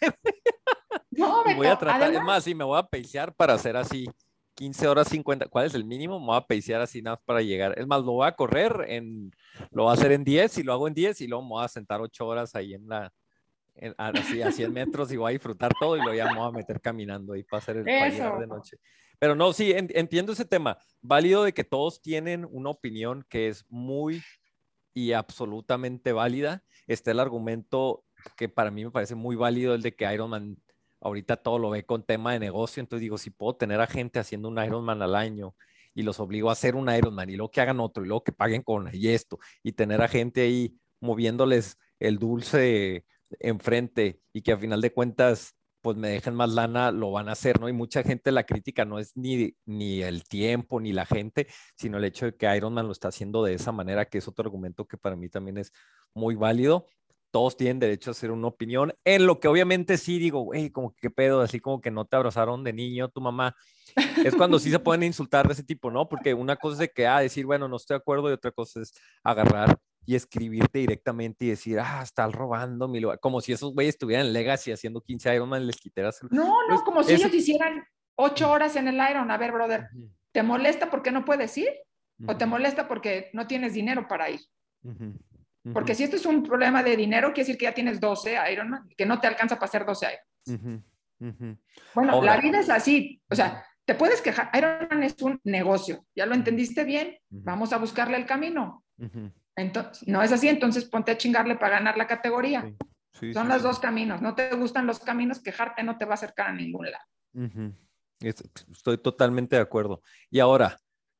No, y voy a Beto, tratar, es además, más, sí, me voy a peisear para hacer así quince horas cincuenta. ¿Cuál es el mínimo? Me voy a peisear así nada más para llegar. Es más, lo voy a correr en, lo voy a hacer en diez y lo hago en diez y luego me voy a sentar ocho horas ahí en la, en- así a cien metros y voy a disfrutar todo y lo ya me voy a meter caminando ahí para, hacer el, para llegar eso. de noche. Pero no, sí, en- entiendo ese tema. Válido de que todos tienen una opinión que es muy y absolutamente válida. Está el argumento que para mí me parece muy válido, el de que Ironman ahorita todo lo ve con tema de negocio. Entonces digo, si puedo tener a gente haciendo un Ironman al año y los obligo a hacer un Ironman y luego que hagan otro y luego que paguen con y esto y tener a gente ahí moviéndoles el dulce enfrente y que a final de cuentas pues me dejen más lana, lo van a hacer, ¿no? Y mucha gente la crítica no es ni, ni el tiempo ni la gente, sino el hecho de que Ironman lo está haciendo de esa manera, que es otro argumento que para mí también es muy válido. Todos tienen derecho a hacer una opinión, en lo que obviamente sí digo, güey, como que qué pedo, así como que no te abrazaron de niño tu mamá, es cuando sí se pueden insultar de ese tipo, ¿no? Porque una cosa es de que, ah, decir, bueno, no estoy de acuerdo, y otra cosa es agarrar y escribirte directamente y decir, ah, están robando mi lugar, como si esos güeyes estuvieran en Legacy haciendo quince Ironman, les quitaras. El... No, Pues no, como si ese... ellos hicieran ocho horas en el Iron. A ver, brother, Ujú, ¿te molesta porque no puedes ir? ¿O te ujú, molesta porque no tienes dinero para ir? ujú, ujú, Porque si esto es un problema de dinero, quiere decir que ya tienes doce Ironman, que no te alcanza para hacer doce Ironman. ujú, ujú. Bueno, la Ahora, vida es así. O ujú, sea, te puedes quejar. Ironman es un negocio. ¿Ya lo ujú, entendiste bien? ujú, Vamos a buscarle el camino. ujú. Entonces, no es así, entonces ponte a chingarle para ganar la categoría. Sí, sí, Son sí, los sí. dos caminos. No te gustan los caminos, quejarte no te va a acercar a ningún lado. Ujú. Es- Estoy totalmente de acuerdo. Y ahora,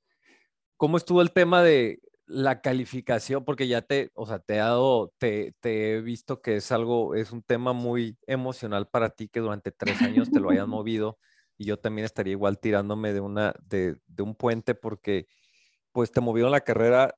¿cómo estuvo el tema de la calificación? Porque ya te, o sea, te he dado, te, te he visto que es algo, es un tema muy emocional para ti, que durante tres años te lo hayan movido, y yo también estaría igual tirándome de una, de, de un puente, porque pues te movieron la carrera,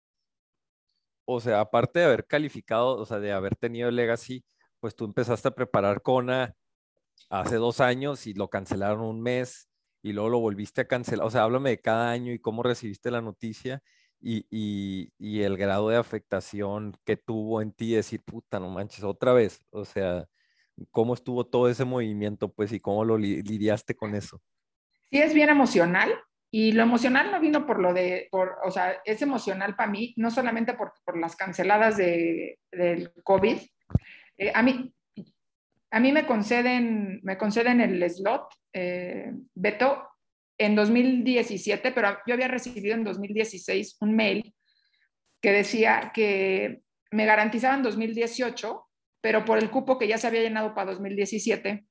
o sea, aparte de haber calificado, o sea, de haber tenido el Legacy, pues tú empezaste a preparar Kona hace dos años y lo cancelaron un mes y luego lo volviste a cancelar. O sea, háblame de cada año y cómo recibiste la noticia y, y, y el grado de afectación que tuvo en ti, decir, puta, no manches, otra vez. O sea, cómo estuvo todo ese movimiento, pues, y cómo lo li- lidiaste con eso. Sí, es bien emocional. Y lo emocional no vino por lo de, por, o sea, es emocional para mí, no solamente por, por las canceladas de, del COVID. Eh, a mí, a mí me conceden, me conceden el slot, eh, Beto, en dos mil diecisiete, pero yo había recibido en dos mil dieciséis un mail que decía que me garantizaban dos mil dieciocho, pero por el cupo que ya se había llenado para dos mil diecisiete,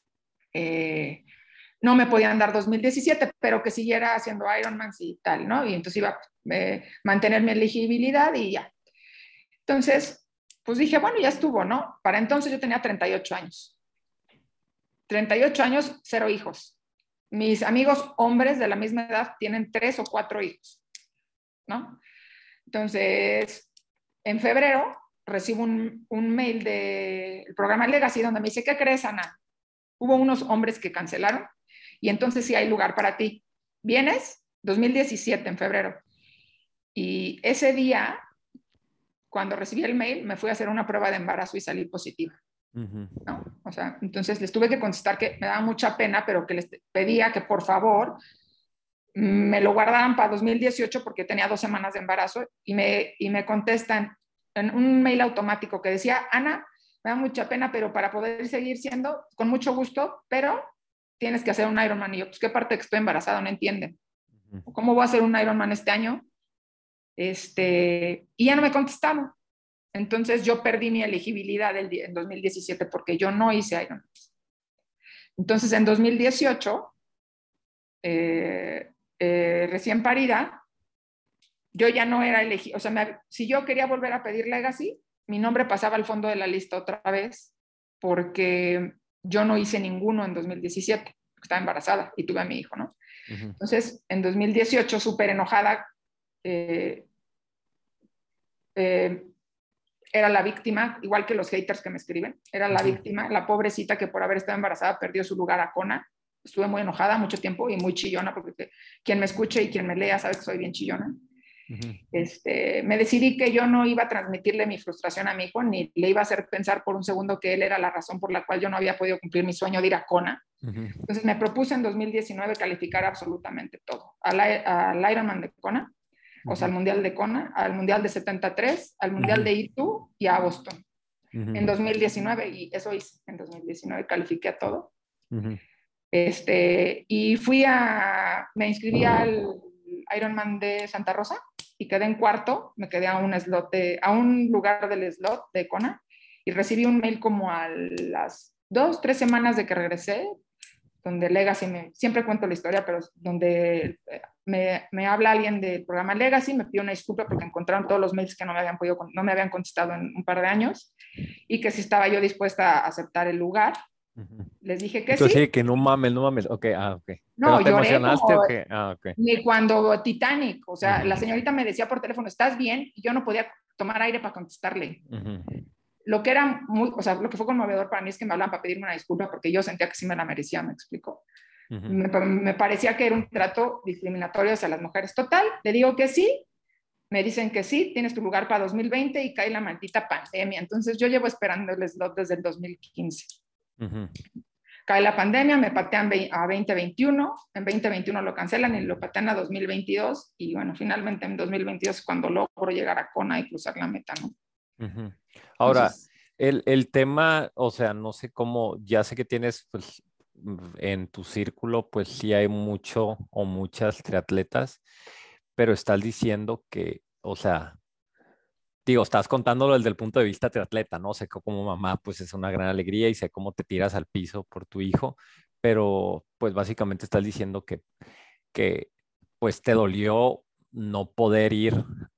eh, no me podían dar dos mil diecisiete, pero que siguiera haciendo Ironman y tal, ¿no? Y entonces iba a eh, mantener mi elegibilidad y ya. Entonces, pues dije, bueno, ya estuvo, ¿no? Para entonces yo tenía treinta y ocho años. treinta y ocho años, cero hijos. Mis amigos hombres de la misma edad tienen tres o cuatro hijos. ¿no? Entonces, en febrero recibo un, un mail del programa Legacy donde me dice, ¿qué crees, Ana? Hubo unos hombres que cancelaron y entonces sí hay lugar para ti. ¿Vienes? dos mil diecisiete, en febrero. Y ese día, cuando recibí el mail, me fui a hacer una prueba de embarazo y salí positiva. Ujú. ¿No? O sea, entonces les tuve que contestar que me daba mucha pena, pero que les pedía que por favor me lo guardaran para dos mil dieciocho porque tenía dos semanas de embarazo y me, y me contestan en un mail automático que decía, Ana, me da mucha pena, pero para poder seguir siendo, con mucho gusto, pero tienes que hacer un Ironman. Y yo, pues, ¿qué parte que estoy embarazada? No entienden. ¿Cómo voy a hacer un Ironman este año? Este, y ya no me contestaron. Entonces yo perdí mi elegibilidad en dos mil diecisiete porque yo no hice Ironman. Entonces en dos mil dieciocho, eh, eh, recién parida, yo ya no era elegida. O sea, me, si yo quería volver a pedir Legacy, mi nombre pasaba al fondo de la lista otra vez porque yo no hice ninguno en dos mil diecisiete. Estaba embarazada y tuve a mi hijo, ¿no? Ujú. Entonces, en dos mil dieciocho, súper enojada, eh, eh, era la víctima, igual que los haters que me escriben, era la Ujú. víctima, la pobrecita que por haber estado embarazada perdió su lugar a Kona. Estuve muy enojada mucho tiempo y muy chillona, porque quien me escuche y quien me lea sabe que soy bien chillona. Ujú. Este, me decidí que yo no iba a transmitirle mi frustración a mi hijo, ni le iba a hacer pensar por un segundo que él era la razón por la cual yo no había podido cumplir mi sueño de ir a Kona. Ujú. Entonces me propuse en dos mil diecinueve calificar absolutamente todo. Al, al Ironman de Kona, o sea, al Mundial de Kona, al Mundial de setenta y tres, al Mundial Ujú. de I T U y a Boston. Ujú. En dos mil diecinueve, y eso hice. En dos mil diecinueve califiqué a todo. Ujú. Este, y fui a, me inscribí al Ironman de Santa Rosa y quedé en cuarto, me quedé a un slot de, a un lugar del slot de Kona y recibí un mail como a las dos, tres semanas de que regresé, donde Legacy, me, siempre cuento la historia, pero donde me, me habla alguien del programa Legacy, me pide una disculpa porque encontraron todos los mails que no me habían podido, no me habían contestado en un par de años y que si estaba yo dispuesta a aceptar el lugar. Ujú. Les dije que Entonces, sí. sí, que no mames, no mames. Ok, ah, ok. No, ¿Pero te lloré emocionaste como o qué? Ah, ok. ni cuando Titanic, o sea, Ujú. la señorita me decía por teléfono, ¿estás bien? Y yo no podía tomar aire para contestarle. Ujú. Lo que era muy, o sea, lo que fue conmovedor para mí es que me hablaban para pedirme una disculpa porque yo sentía que sí me la merecía, me explico. Ujú. Me, me parecía que era un trato discriminatorio hacia las mujeres. Total, le digo que sí, me dicen que sí, tienes tu lugar para dos mil veinte y cae la maldita pandemia. Entonces yo llevo esperando el slot desde el dos mil quince. Ujú. Cae la pandemia, me patean a veinte veintiuno, en veinte veintiuno lo cancelan y lo patean a dos mil veintidós y bueno, finalmente en dos mil veintidós es cuando logro llegar a Kona y cruzar la meta, ¿no? Ujú. Ahora, Entonces, el, el tema, o sea, no sé cómo, ya sé que tienes, pues, mm, en tu círculo, pues sí hay mucho o muchas triatletas, pero estás diciendo que, o sea, digo, estás contándolo desde el punto de vista triatleta, ¿no? Sé que como mamá, pues es una gran alegría y sé cómo te tiras al piso por tu hijo, pero pues básicamente estás diciendo que, que pues te dolió no poder ir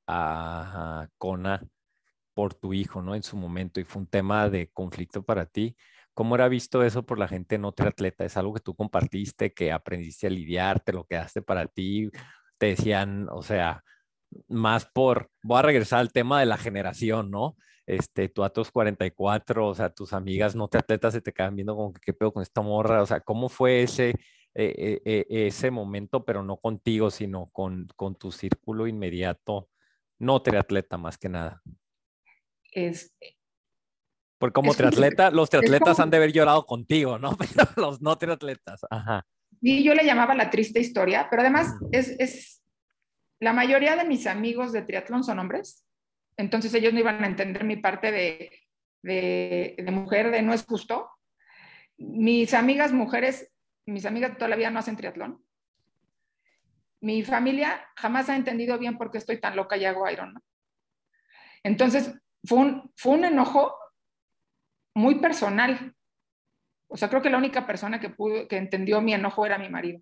a, a Kona por tu hijo, ¿no? En su momento y fue un tema de conflicto para ti. ¿Cómo era visto eso por la gente no triatleta? ¿Es algo que tú compartiste, que aprendiste a lidiar, te lo quedaste para ti? Te decían, o sea, más por, voy a regresar al tema de la generación, ¿no? Este, tú a tus cuarenta y cuatro, o sea, tus amigas no triatletas se te quedan viendo como que qué pedo con esta morra, o sea, ¿cómo fue ese, eh, eh, ese momento, pero no contigo, sino con, con tu círculo inmediato, no triatleta más que nada? es, Porque como es, como, triatleta, los es triatletas han como, de haber llorado contigo, ¿no? Pero los no triatletas, ajá. y yo le llamaba la triste historia, pero además Ujú. es, es, la mayoría de mis amigos de triatlón son hombres, entonces ellos no iban a entender mi parte de, de, de mujer, de no es justo. Mis amigas mujeres, mis amigas de toda la vida no hacen triatlón. Mi familia jamás ha entendido bien por qué estoy tan loca y hago Ironman. Entonces, fue un, fue un enojo muy personal. O sea, creo que la única persona que, pudo, que entendió mi enojo era mi marido.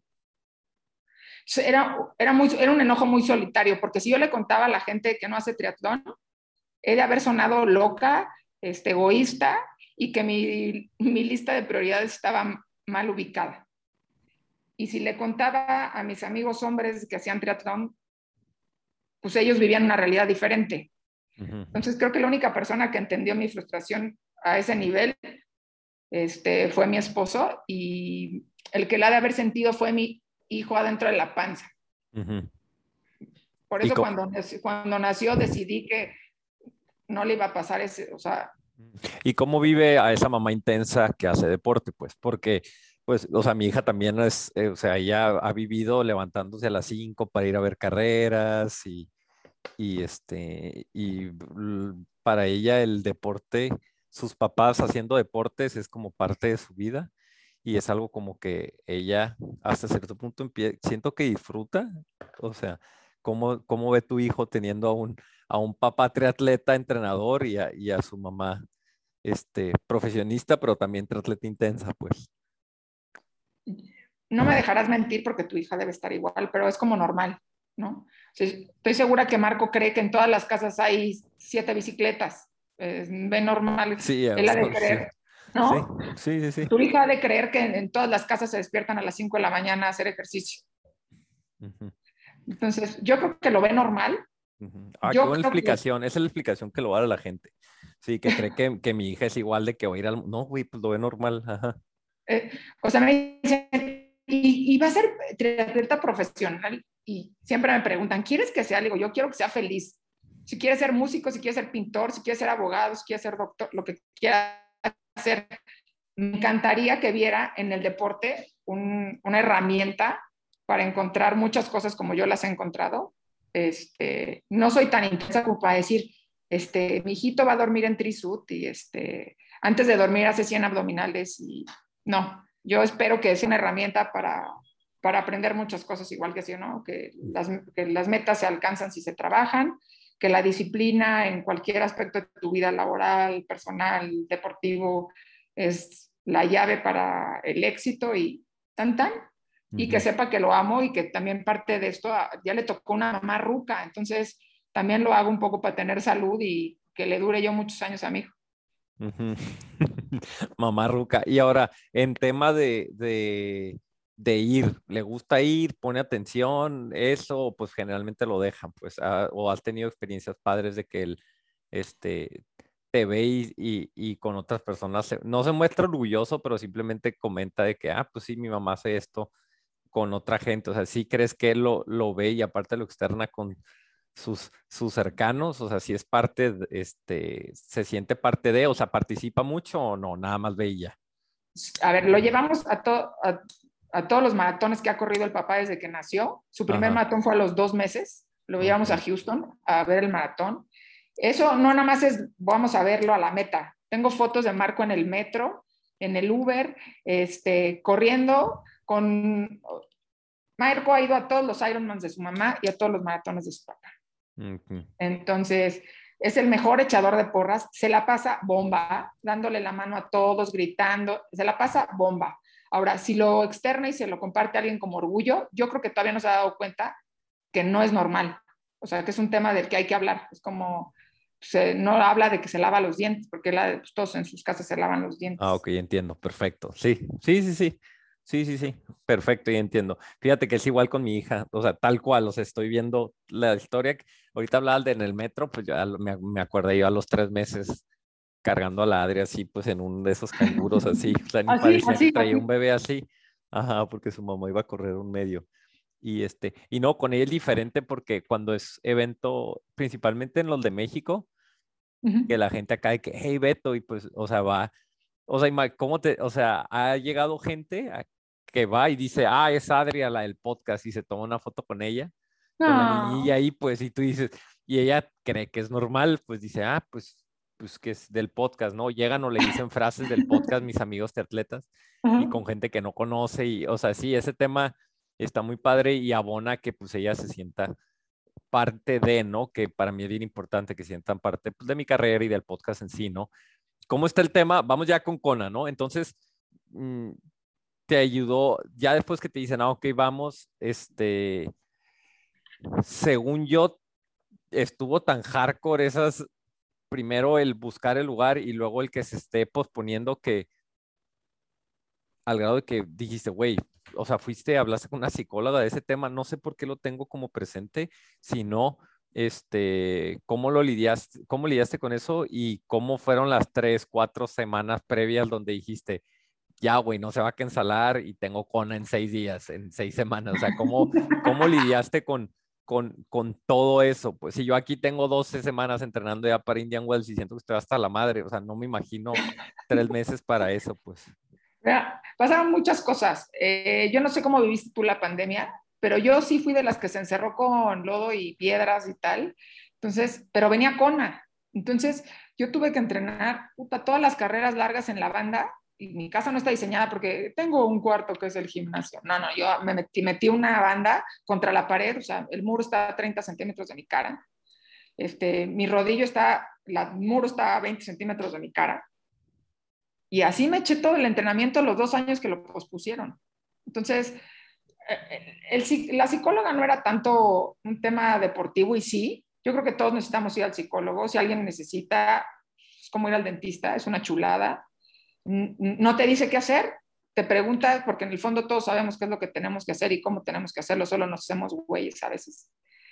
Era, era, muy, era un enojo muy solitario, porque si yo le contaba a la gente que no hace triatlón, he de haber sonado loca, este, egoísta, y que mi, mi lista de prioridades estaba mal ubicada. Y si le contaba a mis amigos hombres que hacían triatlón, pues ellos vivían una realidad diferente. Ujú. Entonces creo que la única persona que entendió mi frustración a ese nivel este, fue mi esposo, y el que la ha de haber sentido fue mi hijo adentro de la panza. Ujú. Por ¿Y eso cómo, cuando, cuando nació decidí que no le iba a pasar ese, o sea, y cómo vive a esa mamá intensa que hace deporte? Pues porque, pues, o sea, mi hija también es, eh, o sea, ella ha vivido levantándose a las cinco para ir a ver carreras y, y este, y l- para ella el deporte, sus papás haciendo deportes es como parte de su vida y es algo como que ella hasta cierto punto empie- siento que disfruta, o sea, ¿cómo, cómo ve tu hijo teniendo a un, a un papá triatleta, entrenador y a, y a su mamá, este, profesionista, pero también triatleta intensa, pues? no me dejarás mentir porque tu hija debe estar igual, pero es como normal, ¿no? O sea, estoy segura que Marco cree que en todas las casas hay siete bicicletas. Eh, ve normal, Sí, a él ha de huevo, sí, creer, sí, ¿no? sí, sí, sí. Tu hija ha de creer que en, en todas las casas se despiertan a las cinco de la mañana a hacer ejercicio. Ujú, Entonces, yo creo que lo ve normal. ujú. Ah, qué Yo buena creo que explicación. Esa es la explicación que lo va a dar a la gente. Sí, que cree que, que mi hija es igual de que va a ir al... No, güey, pues lo ve normal. Ajá. Eh, o sea, me dicen, y, y va a ser triatleta profesional, y siempre me preguntan, ¿quieres que sea? Le digo, yo quiero que sea feliz. Si quiere ser músico, si quiere ser pintor, si quiere ser abogado, si quiere ser doctor, lo que quiera hacer, me encantaría que viera en el deporte un, una herramienta para encontrar muchas cosas como yo las he encontrado. Este, no soy tan intensa como para decir, este, mi hijito va a dormir en trisuit y este, antes de dormir hace cien abdominales, y no, yo espero que sea una herramienta para, para aprender muchas cosas, igual que sí, ¿no? Que las, que las metas se alcanzan si se trabajan, que la disciplina en cualquier aspecto de tu vida laboral, personal, deportivo, es la llave para el éxito, y tan tan, y que Ujú. sepa que lo amo, y que también parte de esto ah, ya le tocó una mamá ruca, entonces también lo hago un poco para tener salud y que le dure yo muchos años a mi hijo. Ujú. Mamá ruca. Y ahora, en tema de, de, de ir, ¿le gusta ir? ¿Pone atención? Eso, pues generalmente lo dejan, pues, ah, o has tenido experiencias padres de que él, este, te ve y, y- y con otras personas se- no se muestra orgulloso, pero simplemente comenta de que, ah, pues sí, mi mamá hace esto con otra gente. O sea, ¿sí crees que él lo, lo ve y aparte lo externa con sus, sus cercanos? O sea, si es parte, de- este, se siente parte de, o sea, participa mucho o no, nada más ve y ya. A ver, lo llevamos a, to, a, a todos los maratones que ha corrido el papá desde que nació. Su primer Ajá, maratón fue a los dos meses. Lo llevamos a ok. Houston a ver el maratón. Eso no nada más es, vamos a verlo a la meta. Tengo fotos de Marco en el metro, en el Uber, este, corriendo con... Marco ha ido a todos los Ironmans de su mamá y a todos los maratones de su papá. Ujú. Entonces, es el mejor echador de porras, se la pasa bomba, dándole la mano a todos, gritando, se la pasa bomba. Ahora, si lo externa y se lo comparte a alguien como orgullo, yo creo que todavía no se ha dado cuenta que no es normal. O sea, que es un tema del que hay que hablar. Es como, se, no habla de que se lava los dientes, porque la, pues, todos en sus casas se lavan los Ah, dientes. ok, entiendo, perfecto. Sí, sí, sí, sí. Sí, sí, sí, perfecto, y entiendo. Fíjate que es igual con mi hija, o sea, tal cual, o sea, estoy viendo la historia. que- Ahorita hablaba de en el metro, pues ya lo- me, me acordé yo a los tres meses cargando a la Adri así, pues en un de esos canguros así, o sea, ni Así, parecía que así, traía un así. bebé así, ajá, porque su mamá iba a correr un medio. Y este, y no, con ella es diferente porque cuando es evento, principalmente en los de México, Uh -huh. que la gente acá de que, hey Beto, y pues, o sea, va, o sea, ima- ¿cómo te, o sea, ha llegado gente a- que va y dice, ah, es Adria, la del podcast, y se toma una foto con ella, con la niñilla No. ahí, pues, y tú dices, y ella cree que es normal, pues dice, ah, pues, pues que es del podcast, ¿no? Llegan o le dicen frases del podcast mis amigos triatletas Uh y -huh. con gente que no conoce, y, o sea, sí, ese tema está muy padre y abona que pues ella se sienta parte de, ¿no? Que para mí es bien importante que sientan parte pues, de mi carrera y del podcast en sí, ¿no? ¿Cómo está el tema? Vamos ya con Kona, ¿no? Entonces, mm, te ayudó, ya después que te dicen, ah, ok, vamos, este, según yo, estuvo tan hardcore esas, primero el buscar el lugar y luego el que se esté posponiendo que al grado de que dijiste, güey, o sea, fuiste, hablaste con una psicóloga de ese tema, no sé por qué lo tengo como presente, si no, Este, ¿cómo lo lidiaste, cómo lidiaste con eso y cómo fueron las tres, cuatro semanas previas donde dijiste, ya, güey, no se va a cancelar y tengo Kona en seis días, en seis semanas? O sea, ¿cómo, cómo lidiaste con, con, con todo eso? Pues si yo aquí tengo doce semanas entrenando ya para Indian Wells y siento que estoy hasta la madre, o sea, no me imagino tres meses para eso, pues. Mira, pasaron muchas cosas. Eh, yo no sé cómo viviste tú la pandemia, pero yo sí fui de las que se encerró con lodo y piedras y tal. Entonces, pero venía Kona. Entonces, yo tuve que entrenar puta, todas las carreras largas en la banda y mi casa no está diseñada porque tengo un cuarto que es el gimnasio. No, no, yo me metí, metí una banda contra la pared, o sea, el muro está a treinta centímetros de mi cara. Este, mi rodillo está, la, el muro está a veinte centímetros de mi cara. Y así me eché todo el entrenamiento los dos años que lo pospusieron. Entonces, el, el, la psicóloga no era tanto un tema deportivo y sí, yo creo que todos necesitamos ir al psicólogo. Si alguien necesita, es como ir al dentista, es una chulada. No te dice qué hacer, te pregunta, porque en el fondo todos sabemos qué es lo que tenemos que hacer y cómo tenemos que hacerlo, solo nos hacemos güeyes a veces.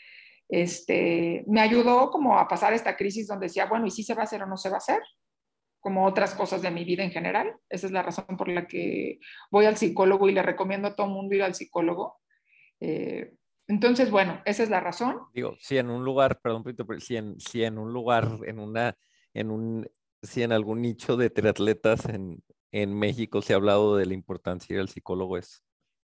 Este, me ayudó como a pasar esta crisis donde decía, bueno, ¿y si se va a hacer o no se va a hacer? Como otras cosas de mi vida en general. Esa es la razón por la que voy al psicólogo y le recomiendo a todo el mundo ir al psicólogo. Eh, entonces, bueno, esa es la razón. Digo, si en un lugar, perdón, pero si en, si en un lugar, en una, en un, si en algún nicho de triatletas en, en México se ha hablado de la importancia de ir al psicólogo, es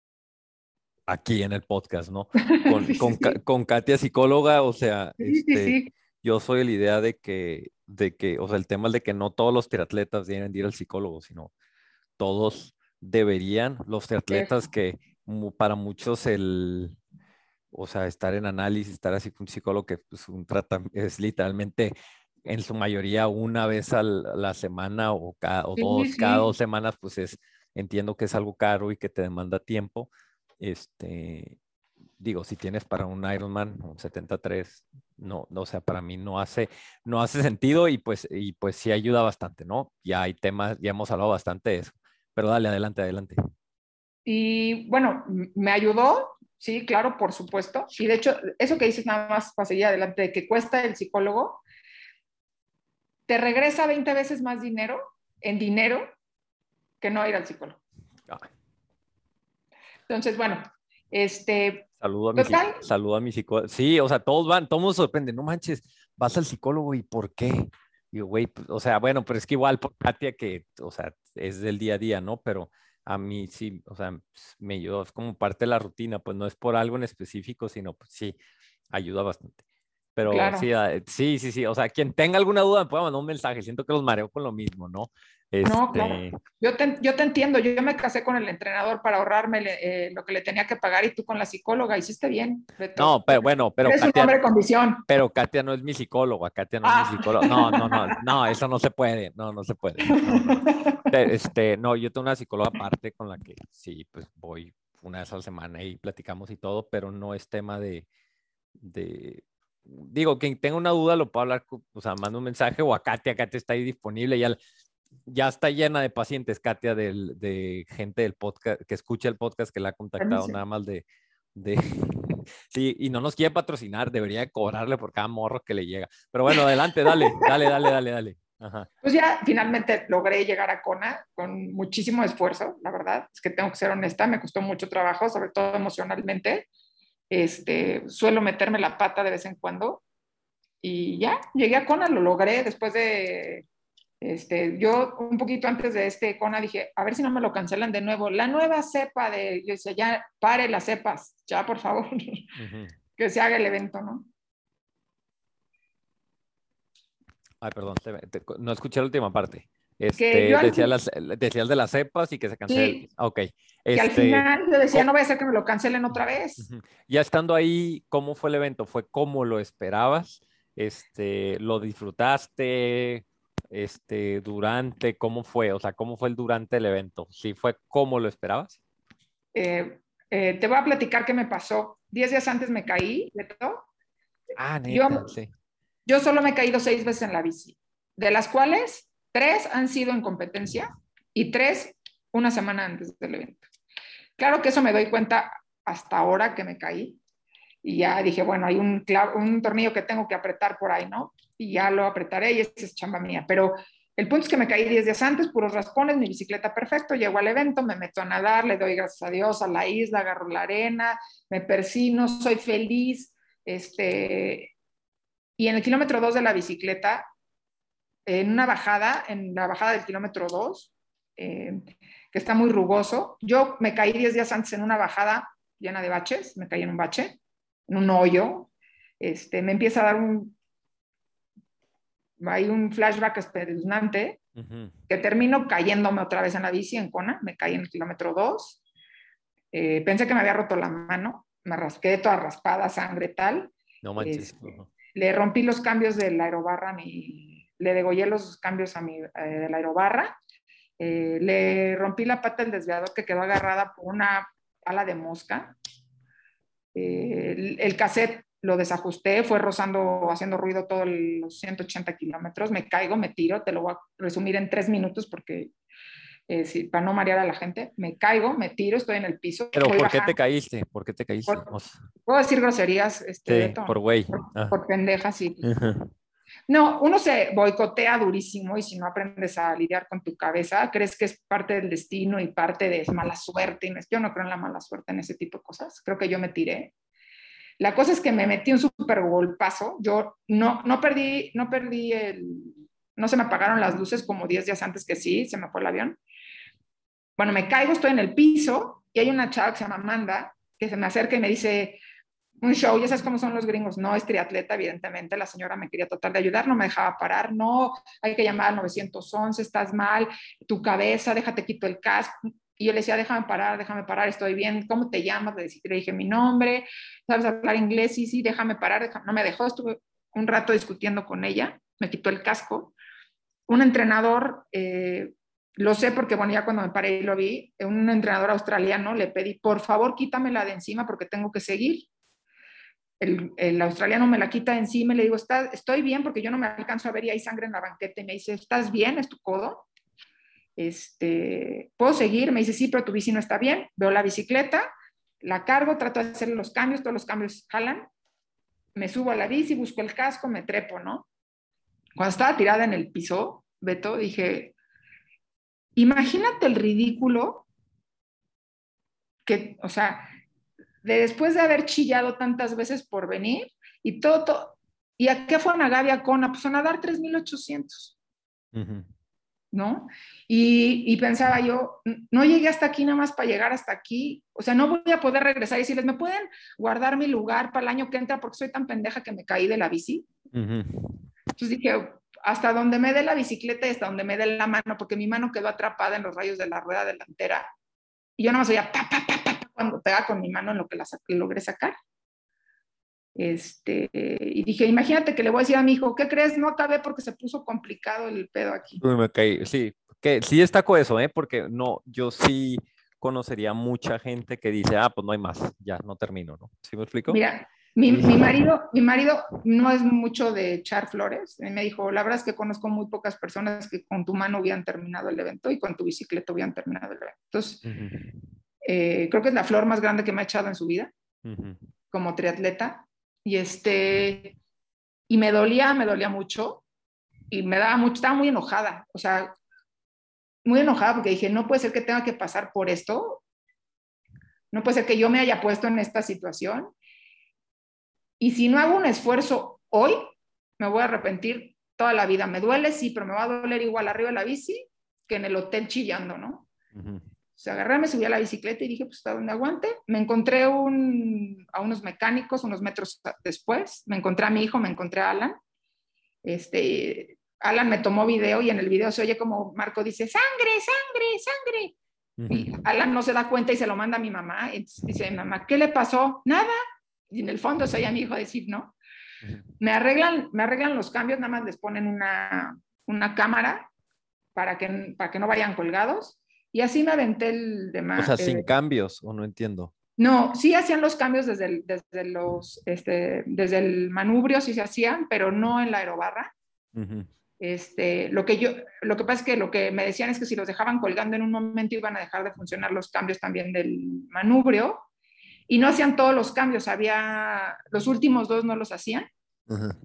aquí en el podcast, ¿no? Con, sí, con, sí, sí. con Katia psicóloga, o sea, Sí, este, sí, sí. yo soy de la idea de que, de que, o sea, el tema es de que no todos los triatletas deben de ir al psicólogo, sino todos deberían, los triatletas Eso. que mu- para muchos el, o sea, estar en análisis, estar así con un psicólogo que pues, un trata, es literalmente en su mayoría una vez a la semana o, cada, o Sí, dos, cada dos sí. semanas, pues es, entiendo que es algo caro y que te demanda tiempo. Este, digo, si tienes para un Ironman, un setenta y tres, no, no, o sea, para mí no hace, no hace sentido y pues, y pues sí ayuda bastante, ¿no? Ya hay temas, ya hemos hablado bastante de eso, pero dale, adelante, adelante. Y bueno, me ayudó, sí, claro, por supuesto. Y de hecho, eso que dices nada más para seguir adelante, de que cuesta el psicólogo, te regresa veinte veces más dinero en dinero que no ir al psicólogo. Ah, Entonces, bueno, este, saludo a mi, psi- total, saludo a mi psicólogo. Sí, o sea, todos van, todo mundo sorprende, no manches, vas al psicólogo y ¿por qué? Digo, güey, pues, o sea, bueno, pero es que igual por Katia que, o sea, es del día a día, ¿no? Pero a mí sí, o sea, pues, me ayudó, es como parte de la rutina, pues no es por algo en específico, sino pues sí, ayuda bastante. Pero claro. sí, ah, sí, sí, sí, o sea, quien tenga alguna duda me puede mandar un mensaje, siento que los mareo con lo mismo, ¿no? No, claro. Este, Yo te, yo te entiendo, yo me casé con el entrenador para ahorrarme le- eh, lo que le tenía que pagar y tú con la psicóloga, hiciste bien, Beto. no, pero bueno, pero Eres un Katia, hombre con visión. pero Katia no es mi psicóloga, Katia no es mi Ah. psicóloga. No, no, no, no, eso no se puede, no, no se puede. No, no, no. Te- Este, no, yo tengo una psicóloga aparte con la que sí, pues voy una vez a la semana y platicamos y todo, pero no es tema de, de, digo, quien tenga una duda lo puedo hablar, con- o sea, manda un mensaje o a Katia, Katia está ahí disponible, ya, ya está llena de pacientes, Katia, del, de gente del podcast, que escucha el podcast, que la ha contactado nada más de, de, sí, y no nos quiere patrocinar, debería de cobrarle por cada morro que le llega. Pero bueno, adelante, dale, dale, dale, dale, dale. Ajá. Pues ya finalmente logré llegar a Kona con muchísimo esfuerzo, la verdad, es que tengo que ser honesta, me costó mucho trabajo, sobre todo emocionalmente. Este, suelo meterme la pata de vez en cuando y ya, llegué a Kona, lo logré después de, este, yo un poquito antes de este Kona dije, a ver si no me lo cancelan de nuevo, la nueva cepa de, yo decía, ya pare las cepas, ya por favor, Uh-huh. que se haga el evento, ¿no? Ay, perdón, te- te- no escuché la última parte. Que Este, yo al decía fin, las, decías de las cepas y que se cancela. sí, Ok. que al Este, final yo decía, co- no voy a hacer que me lo cancelen otra vez. Ujú. Ya estando ahí, ¿cómo fue el evento? ¿Fue como lo esperabas? Este, ¿lo disfrutaste? Este, durante, ¿cómo fue? O sea, ¿cómo fue el durante el evento? ¿Sí fue como lo esperabas? Eh, eh, te voy a platicar qué me pasó. Diez días antes me caí, Beto. Ah, Yo, neta, sí. yo solo me he caído seis veces en la bici, de las cuales tres han sido en competencia y tres una semana antes del evento. Claro que eso me doy cuenta hasta ahora que me caí. Y ya dije, bueno, hay un, clavo, un tornillo que tengo que apretar por ahí, ¿no? Y ya lo apretaré y esa es chamba mía. Pero el punto es que me caí diez días antes, puros raspones, mi bicicleta perfecto, llego al evento, me meto a nadar, le doy gracias a Dios a la isla, agarro la arena, me persino, soy feliz. Este, y en el kilómetro dos de la bicicleta, en una bajada, en la bajada del kilómetro dos, eh, que está muy rugoso, yo me caí diez días antes en una bajada llena de baches, me caí en un bache, en un hoyo, este, me empieza a dar un, hay un flashback espeluznante, uh-huh. que termino cayéndome otra vez en la bici en Kona, me caí en el kilómetro dos, eh, pensé que me había roto la mano, me rasqué toda raspada, sangre tal, no manches. Este, uh-huh. Le rompí los cambios de la aerobarra a mi, le degollé los cambios a mi, eh, de la aerobarra, eh, le rompí la pata del desviador que quedó agarrada por una ala de mosca, eh, el, el cassette lo desajusté, fue rozando, haciendo ruido todos los ciento ochenta kilómetros, me caigo, me tiro, te lo voy a resumir en tres minutos porque eh, sí, para no marear a la gente, me caigo, me tiro, estoy en el piso. ¿Pero por qué te caíste? ¿Por qué te caíste? Por, ¿Puedo decir groserías? Este, sí, Beto? por güey. Por, ah. por pendejas, sí. Uh-huh. No, uno se boicotea durísimo y si no aprendes a lidiar con tu cabeza, crees que es parte del destino y parte de mala suerte. Yo no creo en la mala suerte, en ese tipo de cosas. Creo que yo me tiré. La cosa es que me metí un súper golpazo. Yo no, no perdí, no perdí el... No se me apagaron las luces como diez días antes que sí, se me fue el avión. Bueno, me caigo, estoy en el piso y hay una chava que se llama Amanda que se me acerca y me dice... Un show, ya sabes cómo son los gringos, no es triatleta, evidentemente, la señora me quería tratar de ayudar, no me dejaba parar, no, hay que llamar al nueve once, estás mal, tu cabeza, déjate quito el casco, y yo le decía, déjame parar, déjame parar, estoy bien, ¿cómo te llamas? Le dije mi nombre, ¿sabes hablar inglés? Sí, sí, déjame parar, déjame. No me dejó, estuve un rato discutiendo con ella, me quitó el casco, un entrenador, eh, lo sé porque, bueno, ya cuando me paré y lo vi, un entrenador australiano, le pedí, por favor, quítamela de encima porque tengo que seguir. El, el australiano me la quita de encima y le digo, Está, estoy bien porque yo no me alcanzo a ver y hay sangre en la banqueta. Y me dice, ¿estás bien? ¿Es tu codo? Este, ¿puedo seguir? Me dice, sí, pero tu bici no está bien. Veo la bicicleta, la cargo, trato de hacer los cambios, todos los cambios jalan. Me subo a la bici, busco el casco, me trepo, ¿no? Cuando estaba tirada en el piso, Beto, dije, imagínate el ridículo que, o sea... de después de haber chillado tantas veces por venir, y todo, todo ¿y a qué fue a Nagavia Kona? Pues a nadar tres mil ochocientos, uh-huh. ¿no? Y, y pensaba yo, no llegué hasta aquí nada más para llegar hasta aquí, o sea, no voy a poder regresar y decirles, ¿me pueden guardar mi lugar para el año que entra porque soy tan pendeja que me caí de la bici? Uh-huh. Entonces dije, hasta donde me dé la bicicleta y hasta donde me dé la mano, porque mi mano quedó atrapada en los rayos de la rueda delantera, y yo nada más oía, pa, pa, pa, pa, cuando pega con mi mano en lo que la logré sacar. Este, y dije, imagínate que le voy a decir a mi hijo, ¿qué crees? No acabé porque se puso complicado el pedo aquí. Uy, me caí. Sí, que sí destaco eso, ¿eh? Porque no, yo sí conocería mucha gente que dice, ah, pues no hay más, ya, no termino, ¿no? ¿Sí me explico? Mira, mi, mi, marido, mi marido no es mucho de echar flores. Me dijo, la verdad es que conozco muy pocas personas que con tu mano hubieran terminado el evento y con tu bicicleta hubieran terminado el evento. Entonces, uh-huh. eh, creo que es la flor más grande que me ha echado en su vida, uh-huh. como triatleta. Y, este, y me dolía, me dolía mucho y me daba mucho, estaba muy enojada, o sea, muy enojada porque dije, no puede ser que tenga que pasar por esto, no puede ser que yo me haya puesto en esta situación y si no hago un esfuerzo hoy, me voy a arrepentir toda la vida. Me duele, sí, pero me va a doler igual arriba de la bici que en el hotel chillando, ¿no? Uh-huh. O sea, agarré, me subí a la bicicleta y dije, pues, ¿hasta dónde aguante? Me encontré un, a unos mecánicos unos metros después, me encontré a mi hijo, me encontré a Alan. Este, Alan me tomó video y en el video se oye como Marco dice, ¡sangre, sangre, sangre! Uh-huh. Y Alan no se da cuenta y se lo manda a mi mamá. Y dice, mamá, ¿qué le pasó? Nada. Y en el fondo se oye a mi hijo decir, ¿no? Uh-huh. Me arreglan, me arreglan los cambios, nada más les ponen una, una cámara para que, para que no vayan colgados. Y así me aventé el demás. O sea, eh, sin cambios, o no entiendo. No, sí hacían los cambios desde el, desde los, este, desde el manubrio, sí se hacían, pero no en la aerobarra. Uh-huh. Este, lo, que yo, lo que pasa es que lo que me decían es que si los dejaban colgando en un momento iban a dejar de funcionar los cambios también del manubrio. y no hacían todos los cambios, había, los últimos dos no los hacían. Ajá.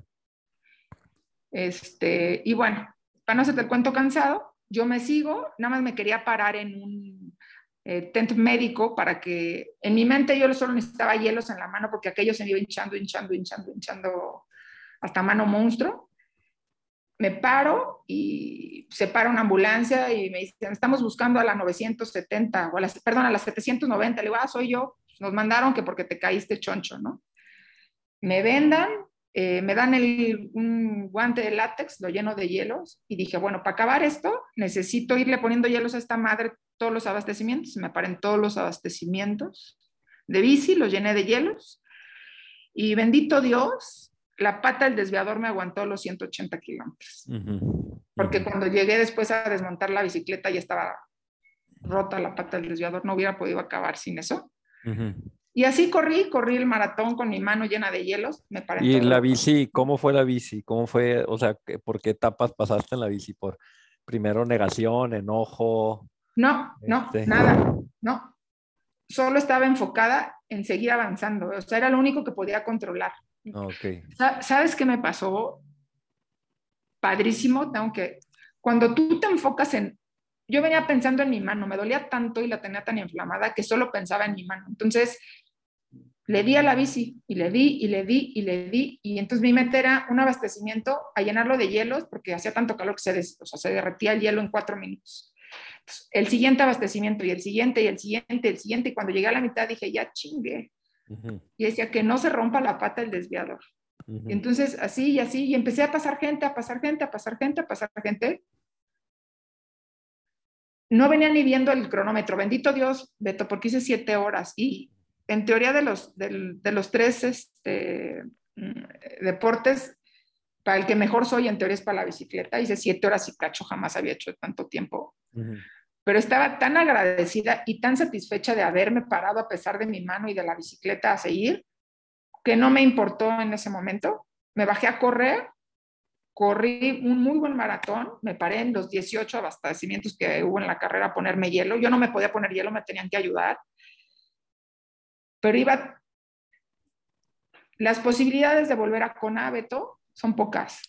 Este, y bueno, para no hacerte el cuento cansado, yo me sigo, nada más me quería parar en un eh, tent médico para que, en mi mente yo solo necesitaba hielos en la mano porque aquello se me iba hinchando, hinchando, hinchando, hinchando hasta mano monstruo. Me paro y se para una ambulancia y me dicen, estamos buscando a la novecientos setenta, o a la, perdón, a la setecientos noventa. Le digo, ah, soy yo. Nos mandaron que porque te caíste choncho, ¿no? Me vendan, eh, me dan el, un guante de látex, lo lleno de hielos, y dije, bueno, para acabar esto, necesito irle poniendo hielos a esta madre todos los abastecimientos. Me paré en todos los abastecimientos de bici, los llené de hielos, y bendito Dios, la pata del desviador me aguantó los ciento ochenta kilómetros. Uh-huh. Porque Uh-huh. cuando llegué después a desmontar la bicicleta ya estaba rota la pata del desviador, no hubiera podido acabar sin eso. Uh-huh. Y así corrí, corrí el maratón con mi mano llena de hielos, me paré en Y todo la lo- bici, ¿cómo fue la bici? ¿Cómo fue, o sea, qué- por qué etapas pasaste en la bici? ¿Por primero negación, enojo? No, no, Este, nada, no. Solo estaba enfocada en seguir avanzando, o sea, era lo único que podía controlar. ok. Sa- ¿Sabes qué me pasó? Padrísimo, tengo que, cuando tú te enfocas en, yo venía pensando en mi mano, me dolía tanto y la tenía tan inflamada que solo pensaba en mi mano. Entonces, le di a la bici y le di y le di y le di y entonces mi meta era un abastecimiento a llenarlo de hielos porque hacía tanto calor que se, des, o sea, se derretía el hielo en cuatro minutos. Entonces, el siguiente abastecimiento y el siguiente y el siguiente y el siguiente y cuando llegué a la mitad dije, ya chingue. Uh-huh. Y decía que no se rompa la pata del desviador. Uh-huh. Y entonces así y así, y empecé a pasar gente, a pasar gente, a pasar gente, a pasar gente. No venía ni viendo el cronómetro, bendito Dios, Beto, porque hice siete horas. Y en teoría de los, de, de los tres este, deportes, para el que mejor soy en teoría es para la bicicleta. Hice siete horas y cacho, jamás había hecho tanto tiempo. Uh-huh. Pero estaba tan agradecida y tan satisfecha de haberme parado a pesar de mi mano y de la bicicleta a seguir, que no me importó en ese momento. Me bajé a correr, corrí un muy buen maratón, me paré en los dieciocho abastecimientos que hubo en la carrera a ponerme hielo. Yo no me podía poner hielo, me tenían que ayudar. Pero iba... Las posibilidades de volver a Kona, Beto, son pocas.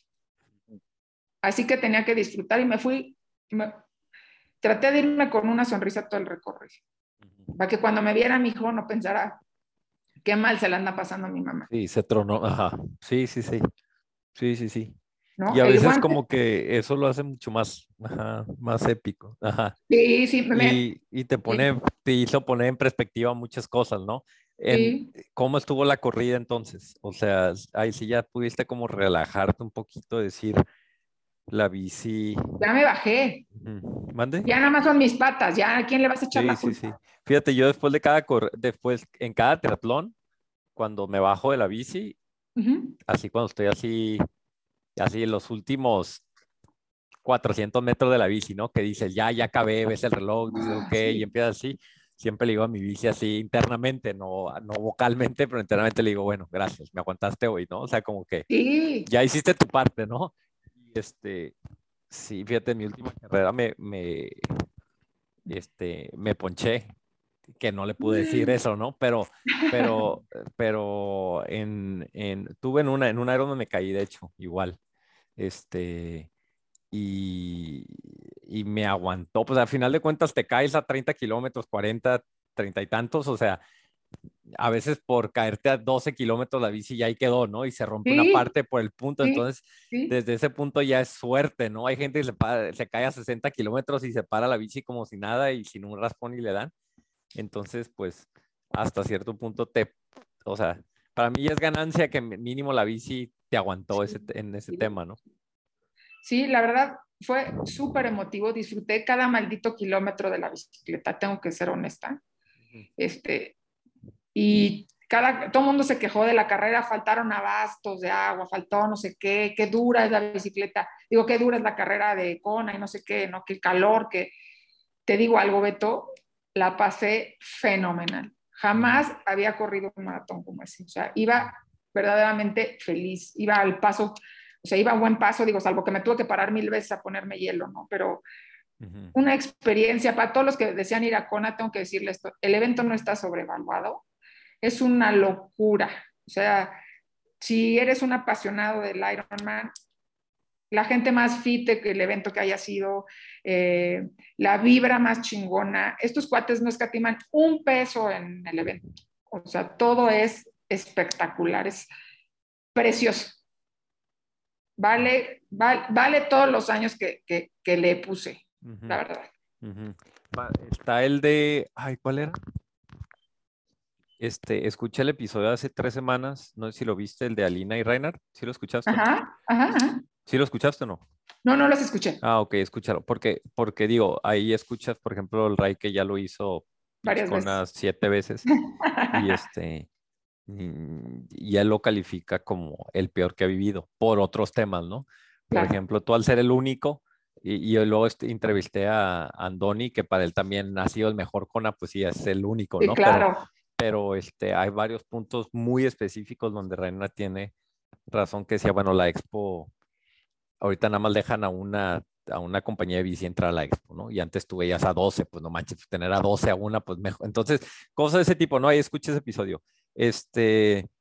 Así que tenía que disfrutar y me fui... Me, traté de irme con una sonrisa todo el recorrido. Uh-huh. Para que cuando me viera mi hijo no pensara qué mal se le anda pasando a mi mamá. Sí, se tronó. Ajá. Sí, sí, sí. Sí, sí, sí. ¿No? Y a El veces guante, como que eso lo hace mucho más, ajá, más épico. Ajá. sí, sí, me, Y, y te pone, te hizo poner en perspectiva muchas cosas, ¿no? En, sí. ¿cómo estuvo la corrida entonces? O sea, ahí sí ya pudiste como relajarte un poquito, decir, la bici. Ya me bajé. Ujú. ¿Mande? Ya nada más son mis patas. Ya a quién le vas a echar Sí, la sí, culpa. sí. Fíjate, yo después de cada corre- después en cada triatlón, cuando me bajo de la bici, Uh-huh. así cuando estoy así, así en los últimos cuatrocientos metros de la bici, ¿no? Que dices, ya, ya acabé, ves el reloj, dices, Ah, ok, y sí. empiezas así. Siempre le digo a mi bici así internamente, no, no vocalmente, pero internamente le digo, bueno, gracias, me aguantaste hoy, ¿no? O sea, como que Sí. ya hiciste tu parte, ¿no? Y este, sí, fíjate, en mi última carrera me, me, este, me ponché, que no le pude decir eso, ¿no? Pero, pero, pero en, en, tuve en una, en un aero me caí, de hecho, igual, este, y, y me aguantó, pues al final de cuentas te caes a treinta kilómetros, cuarenta, treinta y tantos, o sea, a veces por caerte a doce kilómetros la bici ya ahí quedó, ¿no? Y se rompe una Sí, parte por el punto, sí, entonces sí. desde ese punto ya es suerte, ¿no? Hay gente que se, para, se cae a sesenta kilómetros y se para la bici como si nada y sin un raspón y le dan. Entonces, pues, hasta cierto punto te, o sea, para mí es ganancia que mínimo la bici te aguantó ese, en ese Sí, tema, ¿no? sí, la verdad fue súper emotivo. Disfruté cada maldito kilómetro de la bicicleta, tengo que ser honesta. Este, y cada, todo el mundo se quejó de la carrera, faltaron abastos de agua, faltó no sé qué, qué dura es la bicicleta, digo, qué dura es la carrera de Kona y no sé qué, ¿no? Que el calor, que te digo algo, Beto, la pasé fenomenal. Jamás había corrido un maratón como ese, o sea, iba verdaderamente feliz, iba al paso, o sea, iba a buen paso, digo, salvo que me tuve que parar mil veces a ponerme hielo, ¿no? Pero Uh-huh. una experiencia, para todos los que desean ir a Kona, tengo que decirles esto, el evento no está sobrevaluado. es una locura. O sea, si eres un apasionado del Ironman, la gente más fit que el evento que haya sido, eh, la vibra más chingona, estos cuates no escatiman un peso en el evento. O sea, todo es espectacular, es precioso. Vale, vale, vale todos los años que, que, que le puse, uh-huh. La verdad. Uh-huh. Está el de, ay, ¿cuál era? Este, escuché el episodio hace tres semanas, no sé si lo viste, el de Alina y Reinhard, ¿sí lo escuchaste? Ajá, ajá, ajá. ¿Sí lo escuchaste o no? No, no los escuché. Ah, ok, escúchalo, porque, porque digo, ahí escuchas, por ejemplo, el Ray que ya lo hizo varias con veces. unas siete veces, y este, y él lo califica como el peor que ha vivido, por otros temas, ¿no? Por claro. ejemplo, tú al ser el único, y, y yo luego este, entrevisté a Andoni, que para él también ha sido el mejor Kona, pues sí, es el único, ¿no? Sí, claro. Pero, pero este, hay varios puntos muy específicos donde Reina tiene razón que decía, bueno, la expo, ahorita nada más dejan a una, a una compañía de bici entrar a la expo, ¿no? Y antes tú veías a doce, pues no manches, tener a doce a una, pues mejor. Entonces, cosas de ese tipo, ¿no? Ahí escuché ese episodio. Este,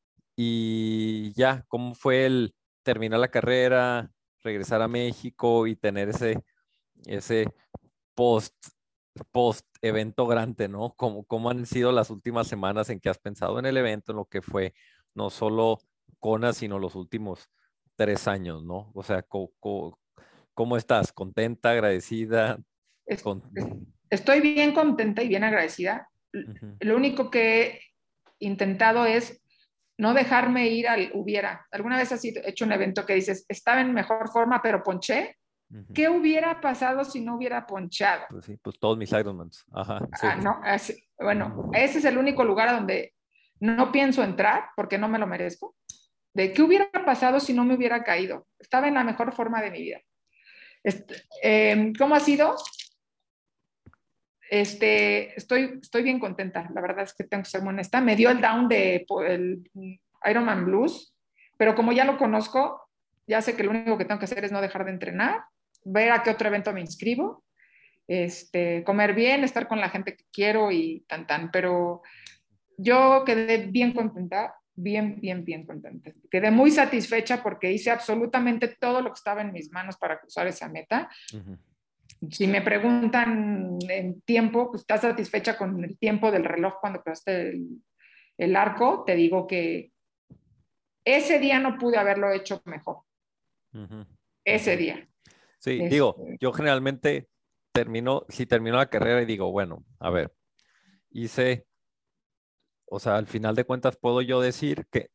y ya, ¿cómo fue el terminar la carrera, regresar a México y tener ese, ese post, post evento grande, ¿no? ¿Cómo, cómo han sido las últimas semanas en que has pensado en el evento, en lo que fue no solo Kona, sino los últimos tres años, ¿no? O sea, ¿cómo, cómo, cómo estás? ¿Contenta, agradecida? Es, Con... es, estoy bien contenta y bien agradecida. Uh-huh. Lo único que he intentado es no dejarme ir al hubiera. ¿Alguna vez has hecho un evento que dices, estaba en mejor forma, pero ponché? Uh-huh. ¿Qué hubiera pasado si no hubiera ponchado? Pues sí, pues todos mis Ironmans. Ajá. Sí. Ah, no, así, bueno, ese es el único lugar a donde no pienso entrar porque no me lo merezco. De qué hubiera pasado si no me hubiera caído. Estaba en la mejor forma de mi vida. Este, eh, ¿Cómo ha sido? Este, estoy, estoy bien contenta. La verdad es que tengo que ser muy honesta. Me dio el down de el Ironman Blues, pero como ya lo conozco, ya sé que lo único que tengo que hacer es no dejar de entrenar, ver a qué otro evento me inscribo, este, comer bien, estar con la gente que quiero y tan tan. Pero yo quedé bien contenta. Bien, bien, bien contenta. Quedé muy satisfecha porque hice absolutamente todo lo que estaba en mis manos para cruzar esa meta. Uh-huh. Si me preguntan en tiempo, pues ¿estás satisfecha con el tiempo del reloj cuando cruzaste el, el arco? Te digo que ese día no pude haberlo hecho mejor. Uh-huh. Ese uh-huh. día. Sí, es, digo, yo generalmente termino, si termino la carrera y digo, bueno, a ver, hice... O sea, al final de cuentas puedo yo decir que,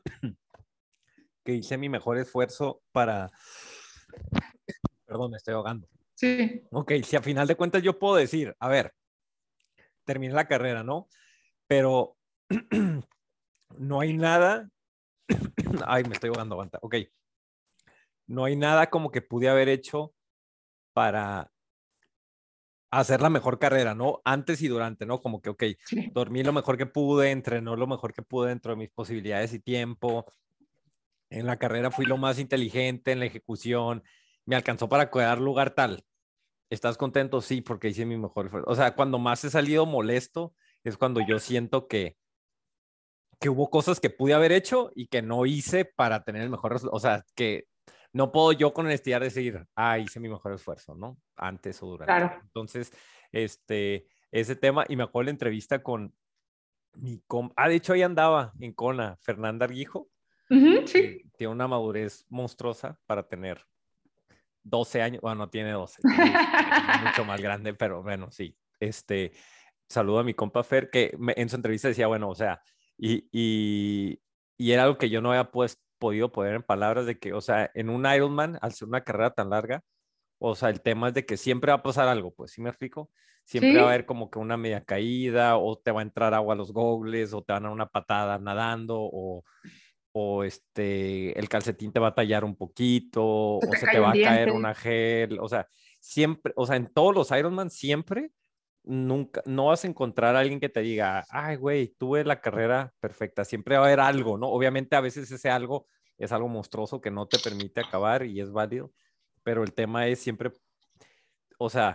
que hice mi mejor esfuerzo para... Perdón, me estoy ahogando. Sí. Ok, si al final de cuentas yo puedo decir, a ver, terminé la carrera, ¿no? Pero no hay nada... Ay, me estoy ahogando, aguanta. Ok. No hay nada como que pude haber hecho para hacer la mejor carrera, ¿no? Antes y durante, ¿no? Como que, ok, sí. Dormí lo mejor que pude, entrené lo mejor que pude dentro de mis posibilidades y tiempo. En la carrera fui lo más inteligente en la ejecución. Me alcanzó para cuidar lugar tal. ¿Estás contento? Sí, porque hice mi mejor esfuerzo. O sea, cuando más he salido molesto es cuando yo siento que, que hubo cosas que pude haber hecho y que no hice para tener el mejor resultado. O sea, que no puedo yo con honestidad decir, ah, hice mi mejor esfuerzo, ¿no? Antes o durante. Claro. Entonces, este, ese tema, y me acuerdo la entrevista con mi com... Ah, de hecho ahí andaba en Kona, Fernanda Arguijo. Uh-huh, sí. Tiene una madurez monstruosa para tener doce años. Bueno, no tiene doce, tiene mucho más grande, pero bueno, sí. Este, saludo a mi compa Fer, que me, en su entrevista decía, bueno, o sea, y, y, y era algo que yo no había pues, podido poner en palabras de que, o sea, en un Ironman, al ser una carrera tan larga, o sea, el tema es de que siempre va a pasar algo, pues, ¿sí me explico? Siempre ¿Sí? va a haber como que una media caída, o te va a entrar agua a los gogles, o te van a dar una patada nadando, o, o este, el calcetín te va a tallar un poquito, Se o te se cae te un va a caer diente. una gel, o sea, siempre, o sea, en todos los Ironman siempre, nunca, no vas a encontrar a alguien que te diga, ay, güey, tuve la carrera perfecta, siempre va a haber algo, ¿no? Obviamente a veces ese algo es algo monstruoso que no te permite acabar y es válido, pero el tema es siempre, o sea,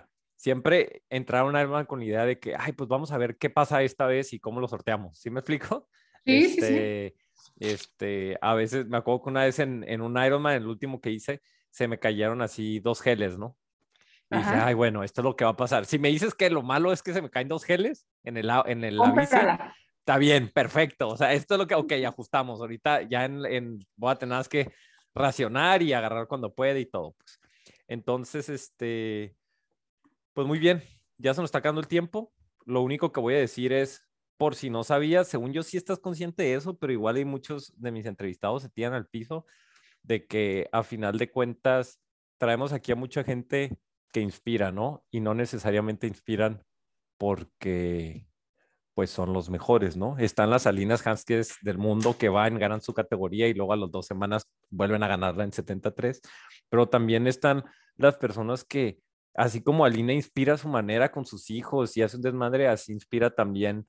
siempre entrar a un Ironman con la idea de que, ay, pues vamos a ver qué pasa esta vez y cómo lo sorteamos. ¿Sí me explico? Sí, sí, sí. Este, este, a veces me acuerdo que una vez en, en un Ironman, el último que hice, se me cayeron así dos geles, ¿no? Y dije, Ajá. ay, bueno, esto es lo que va a pasar. Si me dices que lo malo es que se me caen dos geles en, el, en el, la bici, Cómprala. está bien, perfecto. O sea, esto es lo que, ok, ajustamos. Ahorita ya en, en voy a tener que racionar y agarrar cuando puede y todo. Pues. Entonces, este, pues muy bien, ya se nos está acabando el tiempo. Lo único que voy a decir es, por si no sabías, según yo sí estás consciente de eso, pero igual hay muchos de mis entrevistados se tiran al piso de que a final de cuentas traemos aquí a mucha gente que inspira, ¿no? Y no necesariamente inspiran porque pues son los mejores, ¿no? Están las Salinas Haskins del mundo que van, ganan su categoría y luego a las dos semanas vuelven a ganarla en setenta y tres, pero también están las personas que, así como Alina inspira a su manera con sus hijos y hace un desmadre, así inspira también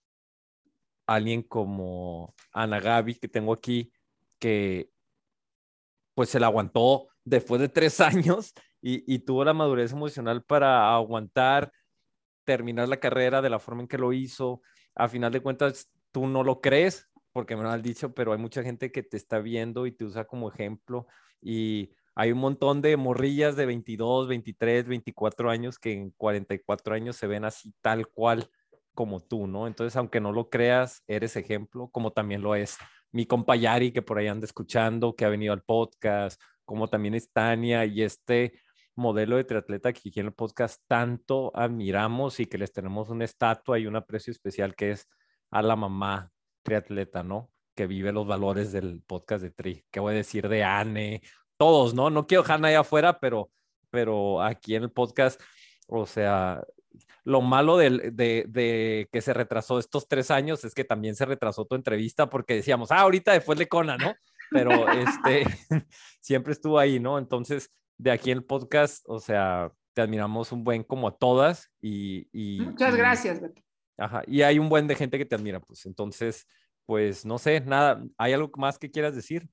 a alguien como Ana Gaby, que tengo aquí, que pues se la aguantó después de tres años y, y tuvo la madurez emocional para aguantar, terminar la carrera de la forma en que lo hizo. A final de cuentas, tú no lo crees, porque me lo han dicho, pero hay mucha gente que te está viendo y te usa como ejemplo. Y hay un montón de morrillas de veintidós, veintitrés, veinticuatro años que en cuarenta y cuatro años se ven así tal cual como tú, ¿no? Entonces, aunque no lo creas, eres ejemplo, como también lo es mi compa Yari, que por ahí anda escuchando, que ha venido al podcast, como también es Tania y este modelo de triatleta que aquí en el podcast tanto admiramos y que les tenemos una estatua y un aprecio especial, que es a la mamá triatleta, ¿no? Que vive los valores del podcast de Tri. ¿Qué voy a decir de Anne? Todos, ¿no? No quiero dejar nadie afuera, pero, pero aquí en el podcast, o sea, lo malo de, de, de, que se retrasó estos tres años es que también se retrasó tu entrevista porque decíamos, ah, ahorita después de Kona, ¿no? Pero este, siempre estuvo ahí, ¿no? Entonces, de aquí en el podcast, o sea, te admiramos un buen como a todas y... y, Muchas y gracias, Beto. ajá, y hay un buen de gente que te admira, pues entonces, pues no sé, nada, ¿hay algo más que quieras decir?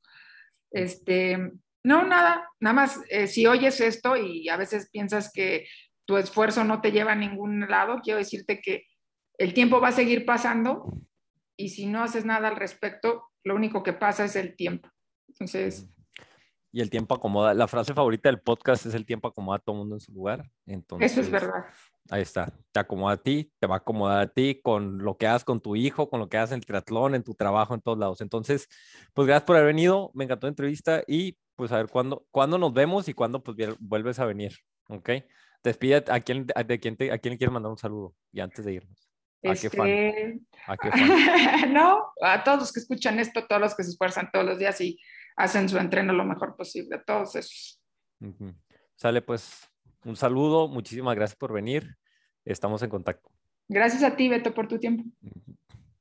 Este, no, nada, nada más, eh, si oyes esto y a veces piensas que tu esfuerzo no te lleva a ningún lado, quiero decirte que el tiempo va a seguir pasando y si no haces nada al respecto, lo único que pasa es el tiempo. Entonces, Y el tiempo acomoda, la frase favorita del podcast es el tiempo acomoda a todo mundo en su lugar. eso es Entonces, verdad. ahí está, te acomoda a ti, te va a acomodar a ti con lo que hagas con tu hijo, con lo que hagas en el triatlón, en tu trabajo, en todos lados. Entonces, pues gracias por haber venido, me encantó la entrevista y pues a ver cuándo, cuándo nos vemos y cuándo pues vuelves a venir, ¿ok? Despide a quién, a, de quién, te, a quién le quieres mandar un saludo y antes de irnos. ¿A qué fan? Este, ¿A qué fan? no, a todos los que escuchan esto, todos los que se esfuerzan todos los días y hacen su entreno lo mejor posible, a todos esos. Uh-huh. Sale pues, un saludo, muchísimas gracias por venir, estamos en contacto. Gracias a ti, Beto, por tu tiempo. Uh-huh.